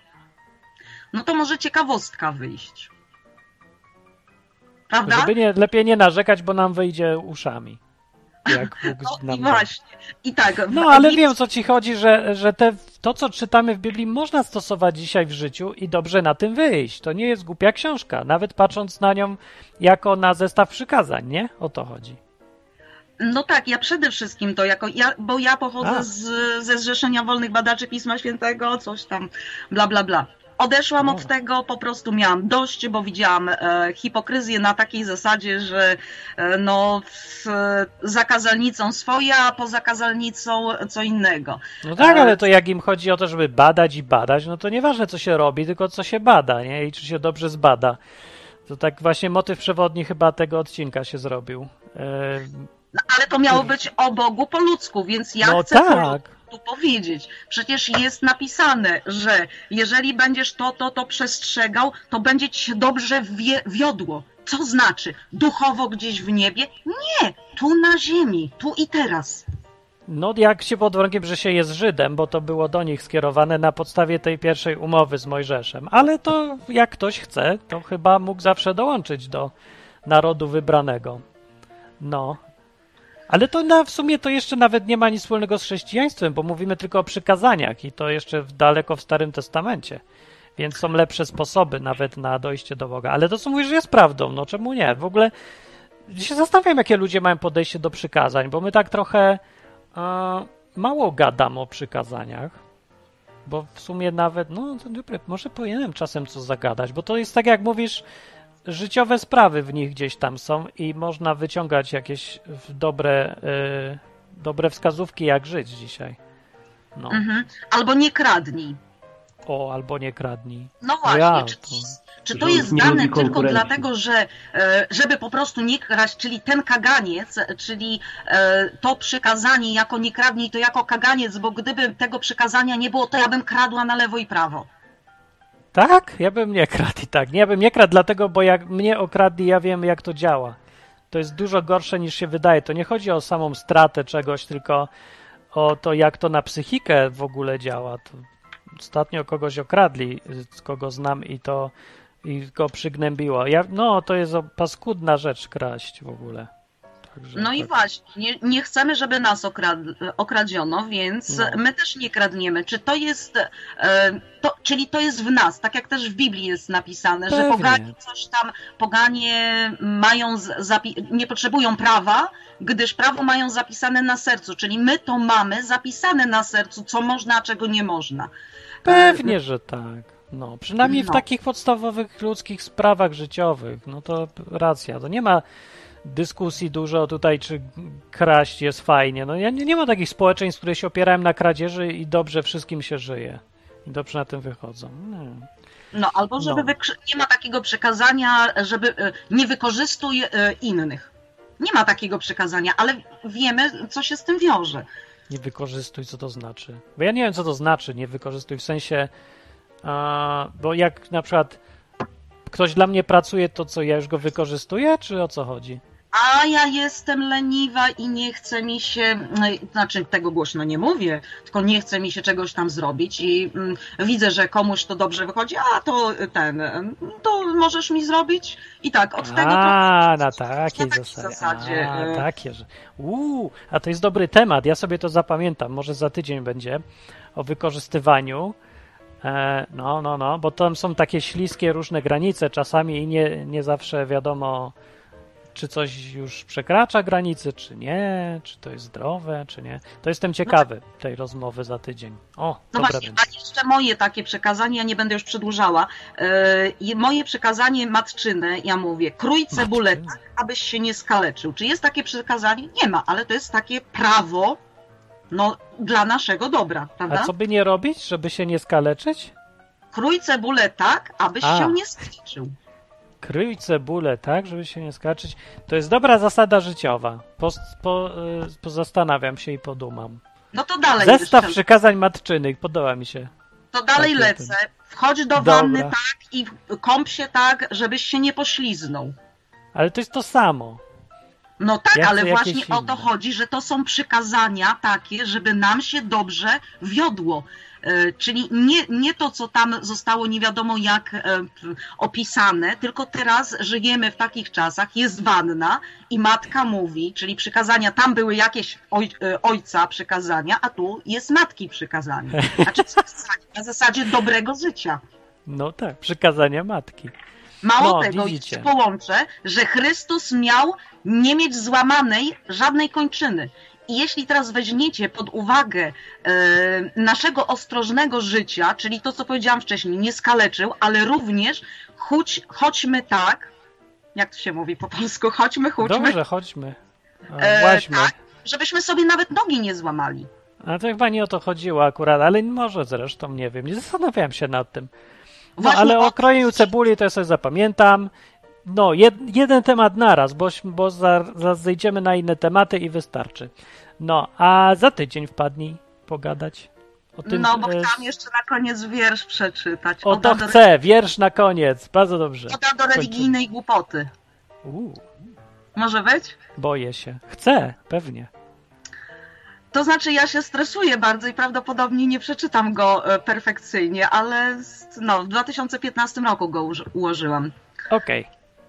no to może ciekawostka wyjść. Prawda? Żeby nie, lepiej nie narzekać, bo nam wyjdzie uszami. Jak Bóg no nam i właśnie. I tak, no ale wiem, o co ci chodzi, że, że te, to, co czytamy w Biblii, można stosować dzisiaj w życiu i dobrze na tym wyjść. To nie jest głupia książka, nawet patrząc na nią jako na zestaw przykazań, nie? O to chodzi. No tak, ja przede wszystkim to jako, ja, bo ja pochodzę z, ze Zrzeszenia Wolnych Badaczy Pisma Świętego, coś tam, bla, bla, bla. Odeszłam od tego, po prostu miałam dość, bo widziałam e, hipokryzję na takiej zasadzie, że e, no w, za kazalnicą swoje, a poza kazalnicą co innego. No tak, ale to jak im chodzi o to, żeby badać i badać, no to nieważne co się robi, tylko co się bada, nie? I czy się dobrze zbada. To tak właśnie motyw przewodni chyba tego odcinka się zrobił. E... No, ale to miało być o Bogu po ludzku, więc ja no chcę tak. tu powiedzieć. Przecież jest napisane, że jeżeli będziesz to, to, to przestrzegał, to będzie ci się dobrze wie, wiodło. Co znaczy? Duchowo gdzieś w niebie? Nie, tu na ziemi, tu i teraz. No jak się pod warunkiem, że się jest Żydem, bo to było do nich skierowane na podstawie tej pierwszej umowy z Mojżeszem. Ale to jak ktoś chce, to chyba mógł zawsze dołączyć do narodu wybranego. No. Ale to na, w sumie to jeszcze nawet nie ma nic wspólnego z chrześcijaństwem, bo mówimy tylko o przykazaniach i to jeszcze w, daleko w Starym Testamencie. Więc są lepsze sposoby nawet na dojście do Boga. Ale to, co mówisz, jest prawdą. No czemu nie? W ogóle się zastanawiam, jakie ludzie mają podejście do przykazań, bo my tak trochę e, mało gadamy o przykazaniach. Bo w sumie nawet, no to dobre, może powinienem czasem coś zagadać, bo to jest tak, jak mówisz, życiowe sprawy w nich gdzieś tam są i można wyciągać jakieś dobre, yy, dobre wskazówki, jak żyć dzisiaj. No. Mhm. Albo nie kradnij. O, albo nie kradnij. No właśnie, ja, czy to, to... czy to jest dane tylko dlatego, że żeby po prostu nie kraść, czyli ten kaganiec, czyli to przykazanie jako nie kradnij, to jako kaganiec, bo gdyby tego przykazania nie było, to ja bym kradła na lewo i prawo. Tak? Ja bym nie kradł i tak. Ja bym nie kradł dlatego, bo jak mnie okradli, ja wiem, jak to działa. To jest dużo gorsze niż się wydaje. To nie chodzi o samą stratę czegoś, tylko o to, jak to na psychikę w ogóle działa. To ostatnio kogoś okradli, kogo znam i to i go przygnębiło. Ja, no, to jest paskudna rzecz kraść w ogóle. Także No i tak. właśnie, nie, nie chcemy, żeby nas okrad, okradziono, więc No. my też nie kradniemy. Czy to jest, e, to, czyli to jest w nas, tak jak też w Biblii jest napisane, że Pewnie. poganie coś tam, poganie mają, z- zapi- nie potrzebują prawa, gdyż prawo mają zapisane na sercu, czyli my to mamy zapisane na sercu, co można, a czego nie można. Pewnie, że tak. No, przynajmniej w No. takich podstawowych ludzkich sprawach życiowych. No to racja. To nie ma dyskusji dużo tutaj, czy kraść jest fajnie. No ja nie, nie ma takich społeczeństw, które się opierają na kradzieży i dobrze wszystkim się żyje. I dobrze na tym wychodzą. Nie. No, albo żeby No. wykrzy- nie ma takiego przekazania, żeby e, nie wykorzystuj e, innych. Nie ma takiego przekazania, ale wiemy, co się z tym wiąże. Nie wykorzystuj, co to znaczy. Bo ja nie wiem, co to znaczy, nie wykorzystuj. W sensie, a, bo jak na przykład ktoś dla mnie pracuje, to co, ja już go wykorzystuję, czy o co chodzi? A ja jestem leniwa i nie chce mi się, no, znaczy tego głośno nie mówię, tylko nie chce mi się czegoś tam zrobić i mm, widzę, że komuś to dobrze wychodzi, a to ten, to możesz mi zrobić i tak, od tego A, trochę- na takiej takiej zasadzie. zasadzie, A, e. takie, że... Uuu, a to jest dobry temat, ja sobie to zapamiętam, może za tydzień będzie, o wykorzystywaniu. E, no, no, no, bo tam są takie śliskie różne granice czasami i nie, nie zawsze wiadomo, czy coś już przekracza granice, czy nie, czy to jest zdrowe, czy nie. To jestem ciekawy tej rozmowy za tydzień. O, No dobra właśnie, będzie. a jeszcze moje takie przekazanie, ja nie będę już przedłużała. Yy, moje przekazanie matczyne, ja mówię, krój cebulę Matczyne. tak, abyś się nie skaleczył. Czy jest takie przekazanie? Nie ma, ale to jest takie prawo, no, dla naszego dobra, prawda? A co by nie robić, żeby się nie skaleczyć? Krój cebulę tak, abyś A. się nie skaleczył. Kryj cebulę, tak, żeby się nie skaczyć. To jest dobra zasada życiowa. Po, po, y, pozastanawiam się i podumam. No to dalej, Zestaw jeszcze- przykazań matczynych, podoba mi się. to dalej takie lecę. Wchodź do Dobra. wanny tak i kąp się tak, żebyś się nie pośliznął. Ale to jest to samo. No tak, Ja ale chcę właśnie jakieś o to inne. chodzi, że to są przykazania takie, żeby nam się dobrze wiodło. E, Czyli nie, nie to, co tam zostało nie wiadomo jak e, p- opisane, tylko teraz żyjemy w takich czasach, jest wanna i matka mówi, czyli przykazania, tam były jakieś oj, e, ojca przykazania, a tu jest matki przykazania. Znaczy przykazania na zasadzie dobrego życia. No tak, przykazania matki. Mało No, tego, widzicie. jeszcze połączę, że Chrystus miał nie mieć złamanej żadnej kończyny. I jeśli teraz weźmiecie pod uwagę e, naszego ostrożnego życia, czyli to, co powiedziałam wcześniej, nie skaleczył, ale również chodź, chodźmy tak, jak to się mówi po polsku, chodźmy, chodźmy, Dobrze, chodźmy. A, E, Właśnie. tak. żebyśmy sobie nawet nogi nie złamali. A to chyba nie o to chodziło akurat, ale może zresztą, nie wiem, nie zastanawiałem się nad tym. No, Właśnie ale o- o krojeniu cebuli to ja sobie zapamiętam. No, jed, jeden temat naraz, bo, bo za, za zejdziemy na inne tematy i wystarczy. No, a za tydzień wpadnij pogadać o tym. No, bo e, chciałam jeszcze na koniec wiersz przeczytać. O to Oda do, chcę, wiersz na koniec. Bardzo dobrze. oda do religijnej głupoty. Uuu, Może być? boję się. Chcę, pewnie. To znaczy, ja się stresuję bardzo i prawdopodobnie nie przeczytam go e, perfekcyjnie, ale z- no, w dwa tysiące piętnastym roku go uż- ułożyłam. Okej.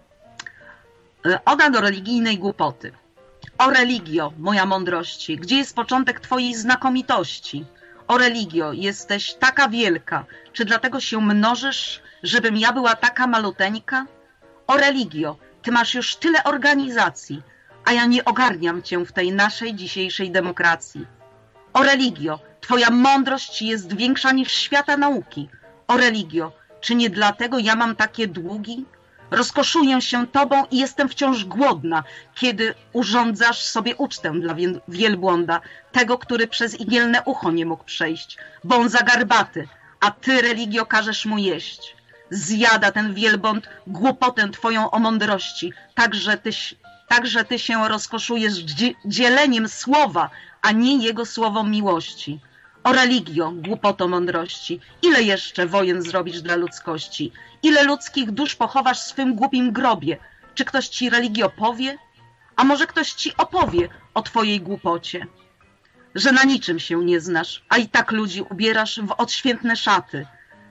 E, Oda do religijnej głupoty. O religio, moja mądrości, gdzie jest początek twojej znakomitości? O religio, jesteś taka wielka, czy dlatego się mnożysz, żebym ja była taka maluteńka? O religio, ty masz już tyle organizacji, a ja nie ogarniam cię w tej naszej dzisiejszej demokracji. O religio, twoja mądrość jest większa niż świata nauki. O religio, czy nie dlatego ja mam takie długi? Rozkoszuję się tobą i jestem wciąż głodna, kiedy urządzasz sobie ucztę dla wiel- wielbłąda, tego, który przez igielne ucho nie mógł przejść, bo on za garbaty, a ty, religio, każesz mu jeść. Zjada ten wielbłąd głupotę twoją o mądrości, tak, że ty, tak, że ty się rozkoszujesz dzie- dzieleniem słowa, a nie jego słowom miłości. O religio, głupoto mądrości, ile jeszcze wojen zrobisz dla ludzkości? Ile ludzkich dusz pochowasz w swym głupim grobie? Czy ktoś ci religio powie? A może ktoś ci opowie o twojej głupocie? Że na niczym się nie znasz, a i tak ludzi ubierasz w odświętne szaty.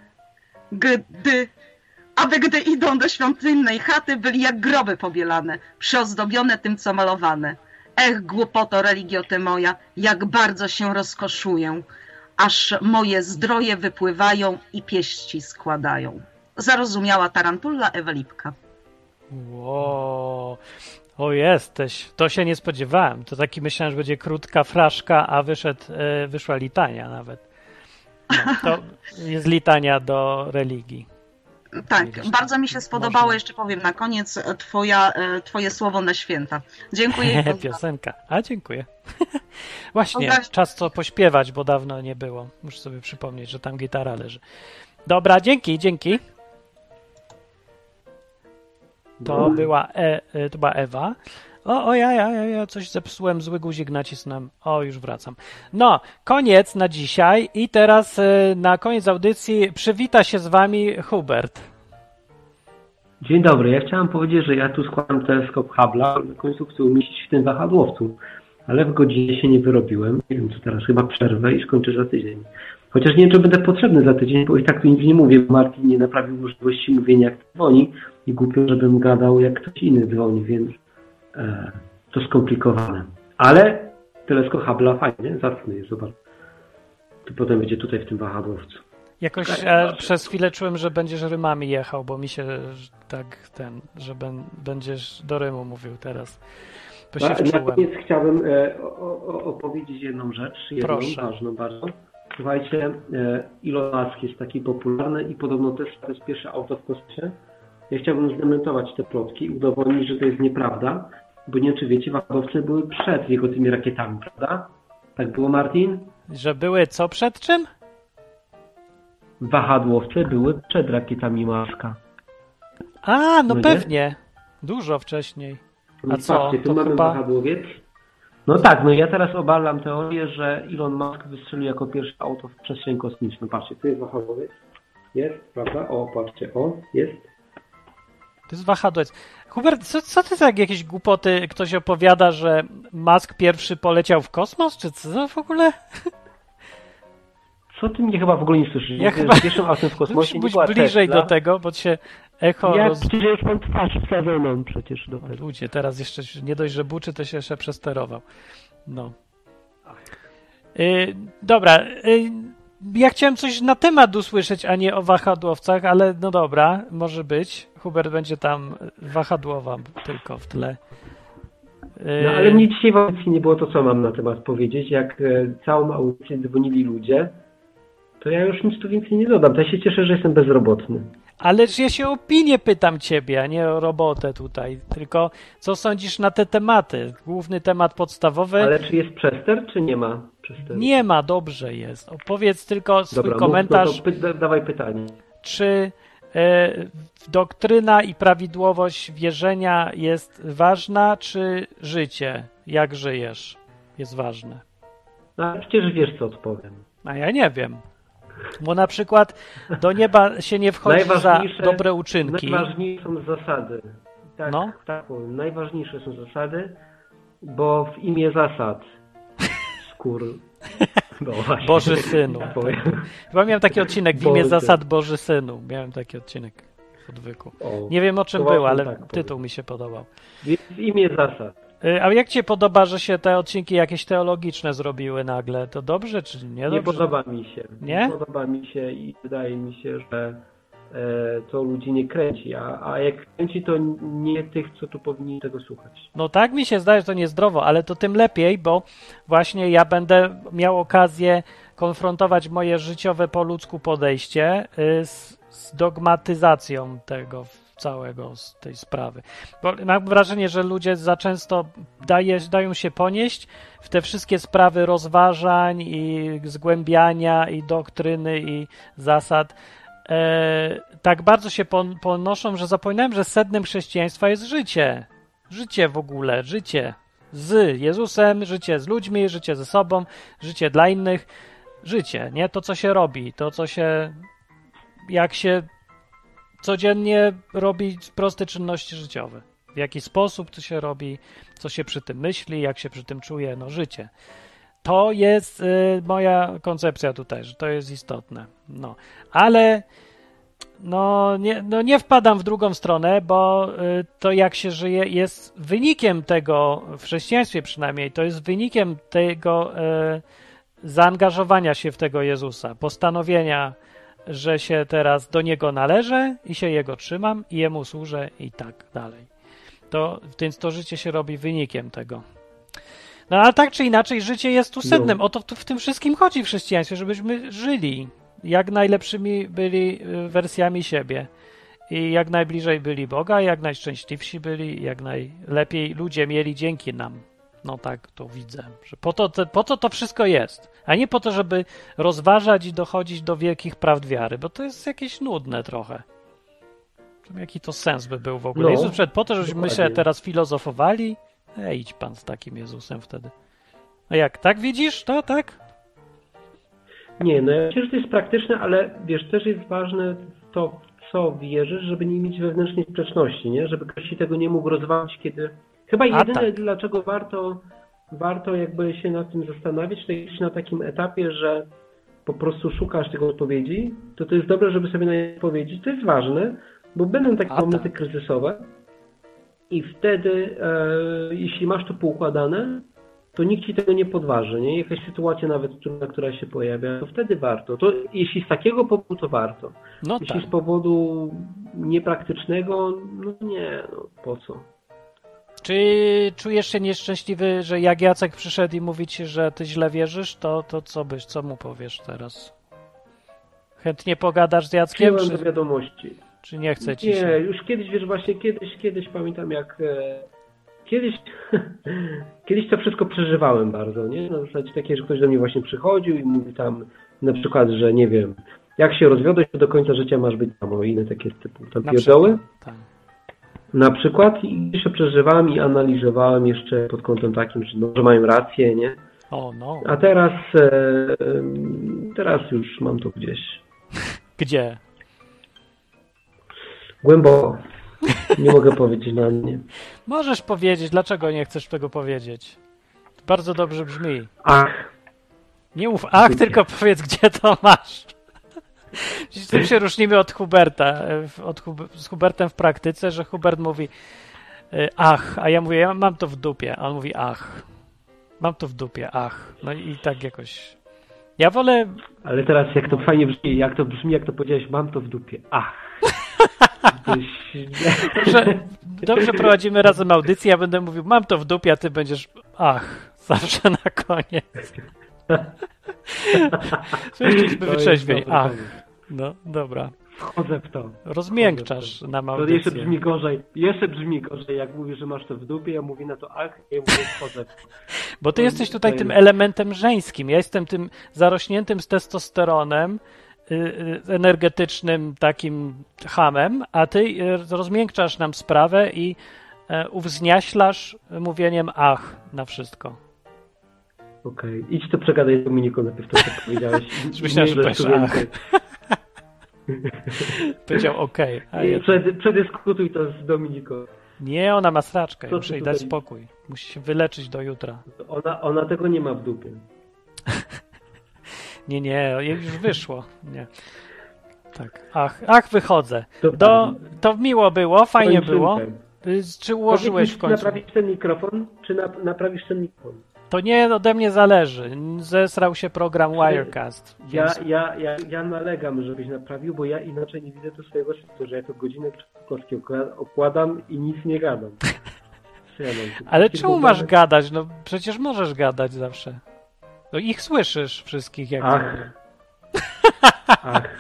Gdy, aby gdy idą do świątynnej chaty, byli jak groby pobielane, przyozdobione tym, co malowane. Ech, głupoto, religio moja, jak bardzo się rozkoszuję, aż moje zdroje wypływają i pieści składają. Zarozumiała tarantulla Ewelipka. Wow. O, jesteś. To się nie spodziewałem. To taki myślałem, że będzie krótka fraszka, a wyszedł, e, wyszła litania nawet. No, to jest litania do religii. Tak, Widzisz, bardzo mi się spodobało, można. jeszcze powiem na koniec, twoja, e, twoje słowo na święta. Dziękuję. Piosenka. A, dziękuję. Właśnie, Pozdrawiam. czas co pośpiewać, bo dawno nie było. Muszę sobie przypomnieć, że tam gitara leży. Dobra, dzięki, dzięki. To była, e, e, to była Ewa. O, o ja, ja, ja, ja coś zepsułem, zły guzik nacisnąłem. O, już wracam. No, koniec na dzisiaj i teraz e, na koniec audycji przywita się z wami Hubert. Dzień dobry, ja chciałem powiedzieć, że ja tu składam teleskop Hubble'a, na końcu chcę umieścić w tym wahadłowcu, ale w godzinie się nie wyrobiłem. Nie wiem, co teraz, chyba przerwę i skończę za tydzień. Chociaż nie wiem, czy będę potrzebny za tydzień, bo i tak tu nic nie mówię, bo Martin nie naprawił możliwości mówienia, jak dzwoni i głupio, żebym gadał, jak ktoś inny dzwoni, więc e, to skomplikowane. Ale teleskop Hubble'a fajnie, zacny jest, zobacz. To potem będzie tutaj w tym wahadłowcu. Jakoś e, przez chwilę czułem, że będziesz rymami jechał, bo mi się tak ten, że ben, będziesz do rymu mówił teraz. Bo się Na, na wczułem. koniec chciałbym e, o, o, opowiedzieć jedną rzecz, jedną Proszę. ważną bardzo. Słuchajcie, e, Elon Musk jest taki popularny i podobno też to jest pierwsze auto w kosmosie. Ja chciałbym zdementować te plotki i udowodnić, że to jest nieprawda, bo nie wiem, czy wiecie, wahadłowce były przed jego tymi rakietami, prawda? Tak było, Martin? Że były co przed czym? Wahadłowce były przed rakietami Muska. A, no, No nie? pewnie. Dużo wcześniej. A No co? patrzcie, tu To mamy chyba... wahadłowiec. No tak, no ja teraz obalam teorię, że Elon Musk wystrzelił jako pierwsze auto w przestrzeń kosmiczną. Patrzcie, tu jest wahadłowiec. Jest, prawda? O, patrzcie, o, jest. To jest wahadłowiec. Hubert, co, co ty tak jakieś głupoty ktoś opowiada, że Musk pierwszy poleciał w kosmos? Czy co w ogóle? Co ty mnie chyba w ogóle nie słyszysz? Ja Mówię, chyba... że pierwszym autem w kosmosie nie Musisz była być bliżej Tesla. do tego, bo cię echo Ja roz... przecież mam twarz wstawioną przecież do tego. Ludzie, teraz jeszcze nie dość, że buczy, to się jeszcze przesterował. No. Y, dobra. Y, ja chciałem coś na temat usłyszeć, a nie o wahadłowcach, ale no dobra, może być. Hubert będzie tam wahadłowa tylko w tle. Y, No ale mnie dzisiaj w audycji nie było to, co mam na temat powiedzieć. Jak e, całą audycję dzwonili ludzie, to ja już nic tu więcej nie dodam. To ja się cieszę, że jestem bezrobotny. Ależ ja się o opinię pytam ciebie, a nie o robotę tutaj. Tylko co sądzisz na te tematy? Główny temat podstawowy. Ale czy jest przester, czy nie ma przesteru? Nie ma, dobrze jest. Opowiedz tylko swój Dobra, komentarz. mów, no to py- dawaj pytanie. Czy e, doktryna i prawidłowość wierzenia jest ważna, czy życie, jak żyjesz, jest ważne? No ale przecież wiesz, co odpowiem. A ja nie wiem. Bo na przykład do nieba się nie wchodzi za dobre uczynki. Najważniejsze są zasady. Tak, No. tak powiem. Najważniejsze są zasady, bo w imię zasad skór... No, właśnie. Boży Synu. Tak powiem. Chyba miałem taki odcinek w imię Boży. zasad Boży Synu. Miałem taki odcinek w odwyku. O, Nie wiem o czym to był, właśnie ale tak tytuł powiem. mi się podobał. Więc w imię zasad. Y, A jak ci się podoba, że się te odcinki jakieś teologiczne zrobiły nagle? To dobrze czy nie Nie dobrze? podoba mi się. Nie? podoba mi się i wydaje mi się, że e, to ludzi nie kręci. A, a jak kręci, to nie tych, co tu powinni tego słuchać. No tak mi się zdaje, że to niezdrowo, ale to tym lepiej, bo właśnie ja będę miał okazję konfrontować moje życiowe po ludzku podejście y, z, z dogmatyzacją tego całego, z tej sprawy. Bo mam wrażenie, że ludzie za często daje, dają się ponieść w te wszystkie sprawy rozważań i zgłębiania i doktryny i zasad. E, tak bardzo się pon- ponoszą, że zapominałem, że sednem chrześcijaństwa jest życie. Życie w ogóle, życie z Jezusem, życie z ludźmi, życie ze sobą, życie dla innych, życie, nie? To, co się robi, to, co się, jak się codziennie robi proste czynności życiowe. W jaki sposób to się robi, co się przy tym myśli, jak się przy tym czuje, no życie. To jest y, moja koncepcja tutaj, że to jest istotne. No, ale no nie, no nie wpadam w drugą stronę, bo y, to jak się żyje jest wynikiem tego, w chrześcijaństwie przynajmniej, to jest wynikiem tego y, zaangażowania się w tego Jezusa, postanowienia, że się teraz do Niego należę i się Jego trzymam i Jemu służę i tak dalej. To, więc to życie się robi wynikiem tego. No ale tak czy inaczej, życie jest tu sednem. O to tu w tym wszystkim chodzi w chrześcijaństwie, żebyśmy żyli jak najlepszymi byli wersjami siebie i jak najbliżej byli Boga, jak najszczęśliwsi byli, jak najlepiej ludzie mieli dzięki nam. No tak to widzę, że po to, te, po to to wszystko jest, a nie po to, żeby rozważać i dochodzić do wielkich prawd wiary, bo to jest jakieś nudne trochę. Jaki to sens by był w ogóle? No, Jezus przyszedł po to, żebyśmy się teraz filozofowali? Ej, idź pan z takim Jezusem wtedy. A jak, tak widzisz to, tak? Nie, no ja myślę, że to jest praktyczne, ale wiesz, też jest ważne to, co wierzysz, żeby nie mieć wewnętrznej sprzeczności, nie? Żeby ktoś ci tego nie mógł rozwalić, kiedy... Chyba jedyne, tak. dlaczego warto, warto jakby się nad tym zastanawiać, to jest na takim etapie, że po prostu szukasz tego odpowiedzi, to to jest dobre, żeby sobie na nie odpowiedzieć. To jest ważne, bo będą takie A momenty tak. kryzysowe i wtedy, e, jeśli masz to poukładane, to nikt ci tego nie podważy, nie? Jakaś sytuacja nawet trudna, która się pojawia, to wtedy warto. To jeśli z takiego powodu, to warto. No jeśli tak. z powodu niepraktycznego, no nie, no po co? Czy czujesz się nieszczęśliwy, że jak Jacek przyszedł i mówi ci, że ty źle wierzysz, to, to co byś, co mu powiesz teraz? Chętnie pogadasz z Jackiem? Przyjąłem czy, do wiadomości. Czy nie chce ci nie, się? Nie, już kiedyś, wiesz, właśnie kiedyś, kiedyś pamiętam jak... E, kiedyś, kiedyś to wszystko przeżywałem bardzo, nie? Na zasadzie takie, że ktoś do mnie właśnie przychodził i mówi tam na przykład, że nie wiem, jak się rozwiodłeś, to do końca życia masz być samo i inne takie typu tam pierdoły. Tak. Na przykład i jeszcze przeżywałem i analizowałem jeszcze pod kątem takim, że, no, że mają rację, nie? Oh, no. A teraz e, teraz już mam to gdzieś. Gdzie? Głęboko. Nie mogę powiedzieć na mnie. Możesz powiedzieć, dlaczego nie chcesz tego powiedzieć? To bardzo dobrze brzmi. Ach. Nie mów ach, Dzięki. Tylko powiedz, gdzie to masz. Z tym się różnimy od Huberta, od Hub- z Hubertem w praktyce, że Hubert mówi ach, a ja mówię, ja mam to w dupie, a on mówi ach. Mam to w dupie, ach. No i tak jakoś... Ja wolę... Ale teraz jak to fajnie brzmi, jak to brzmi, jak to powiedziałeś, mam to w dupie, ach. Dobrze, dobrze prowadzimy razem audycję, ja będę mówił, mam to w dupie, a ty będziesz ach, zawsze na koniec. Słyszeliśmy wytrzeźwień, ach. No, dobra. Wchodzę w to. Rozmiękczasz to. nam audycję. To jeszcze brzmi gorzej, jeszcze brzmi gorzej, jak mówisz, że masz to w dupie, ja mówię na to ach, ja mówię wchodzę w to. Bo ty to jesteś tutaj to tym jest... elementem żeńskim, ja jestem tym zarośniętym z testosteronem, energetycznym takim hamem, a ty rozmiękczasz nam sprawę i uwzniaślasz mówieniem ach na wszystko. Okej, okay. Idź to przegadaj z Dominiką najpierw to, co powiedziałeś. Myślałem, że powiesz ach. Powiedział okej. Okay. Przed, przedyskutuj to z Dominiką. Nie, ona ma sraczkę, muszę jej dać spokój. Musi się wyleczyć do jutra. Ona, ona tego nie ma w dupie. Nie, nie, już wyszło. Nie. Tak. Ach, ach, wychodzę. Do, to miło było, fajnie było. Czy ułożyłeś w końcu? Czy naprawisz ten mikrofon, czy na, naprawisz ten mikrofon? To nie ode mnie zależy. Zesrał się program Wirecast. Ja, więc... ja, ja, ja nalegam, żebyś naprawił, bo ja inaczej nie widzę tu swojego sensu, że ja to godzinę Trzaskowskiej okładam i nic nie gadam. Ja Ale czemu masz gadać? No przecież możesz gadać zawsze. No ich słyszysz wszystkich jak Ach. Ach.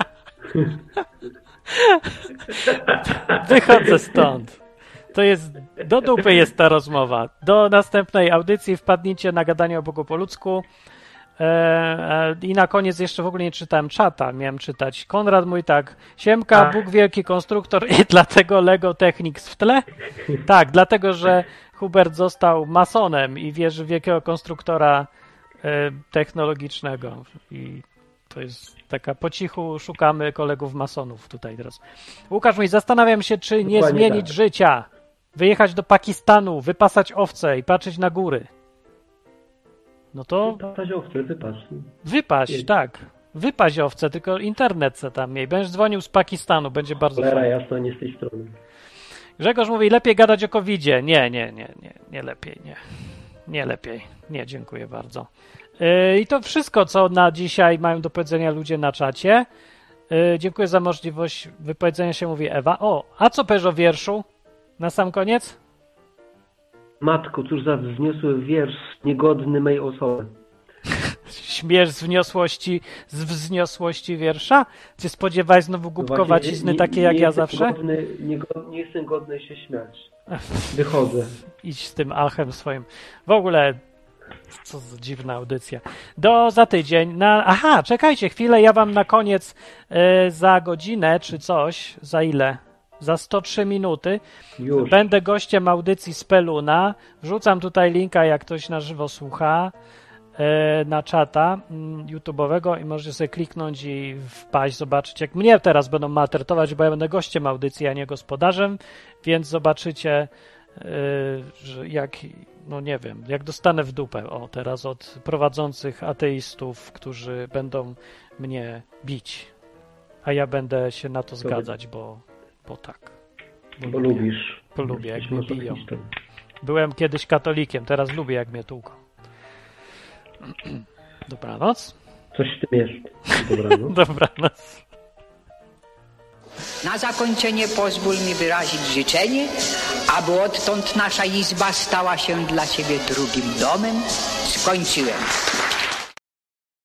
Wychodzę stąd. To jest, do dupy jest ta rozmowa. Do następnej audycji wpadnijcie na gadanie o Bogu po ludzku. Eee, I na koniec jeszcze w ogóle nie czytałem czata. Miałem czytać. Konrad mój tak. Siemka, Ach. Bóg wielki konstruktor i dlatego Lego Technics w tle? Tak, dlatego, że Hubert został masonem i wierzy w wielkiego konstruktora e, technologicznego. I to jest taka po cichu szukamy kolegów masonów tutaj teraz. Łukasz mój, zastanawiam się, czy nie Dokładnie zmienić tak. życia. Wyjechać do Pakistanu, wypasać owce i patrzeć na góry. No to... Wypasać owce, wypaść. Wypaść, Jedź. tak. Wypaź owce, tylko internet se tam miej. Będziesz dzwonił z Pakistanu, będzie bardzo Cholera fajnie. jasno, nie z tej strony. Grzegorz mówi, lepiej gadać o kowidzie. Nie, nie, nie, nie, nie lepiej, nie. Nie lepiej. Nie, dziękuję bardzo. Yy, I to wszystko, co na dzisiaj mają do powiedzenia ludzie na czacie. Yy, dziękuję za możliwość wypowiedzenia się, mówi Ewa. O, a co powiesz o wierszu? Na sam koniec? Matko, cóż za wzniosły wiersz, niegodny mej osoby. Śmiesz z wniosłości, z wzniosłości wiersza? Czy spodziewałeś znowu głupkowacizny nie, takie nie, jak nie ja jestem zawsze? Godny, nie, nie jestem godny się śmiać. Wychodzę. Idź z tym achem swoim. W ogóle, co za dziwna audycja. Do za tydzień. Na... Aha, czekajcie chwilę, ja wam na koniec y, za godzinę czy coś, za ile? Za sto trzy minuty. Już. Będę gościem audycji Speluna. Wrzucam tutaj linka, jak ktoś na żywo słucha, y, na czata y, YouTube'owego i możecie sobie kliknąć i wpaść, zobaczyć, jak mnie teraz będą maltretować, bo ja będę gościem audycji, a nie gospodarzem, więc zobaczycie, y, że jak, no nie wiem, jak dostanę w dupę, o teraz od prowadzących ateistów, którzy będą mnie bić, a ja będę się na to zgadzać, bo Bo tak. Bo, bo lubię, lubisz. Bo lubię, jak mnie Jesteś biją. masochistą. Byłem kiedyś katolikiem, teraz lubię, jak mnie tłuką. Dobranoc. Coś w tym jest. Dobranoc. Dobranoc. Na zakończenie pozwól mi wyrazić życzenie, aby odtąd nasza izba stała się dla Ciebie drugim domem. Skończyłem.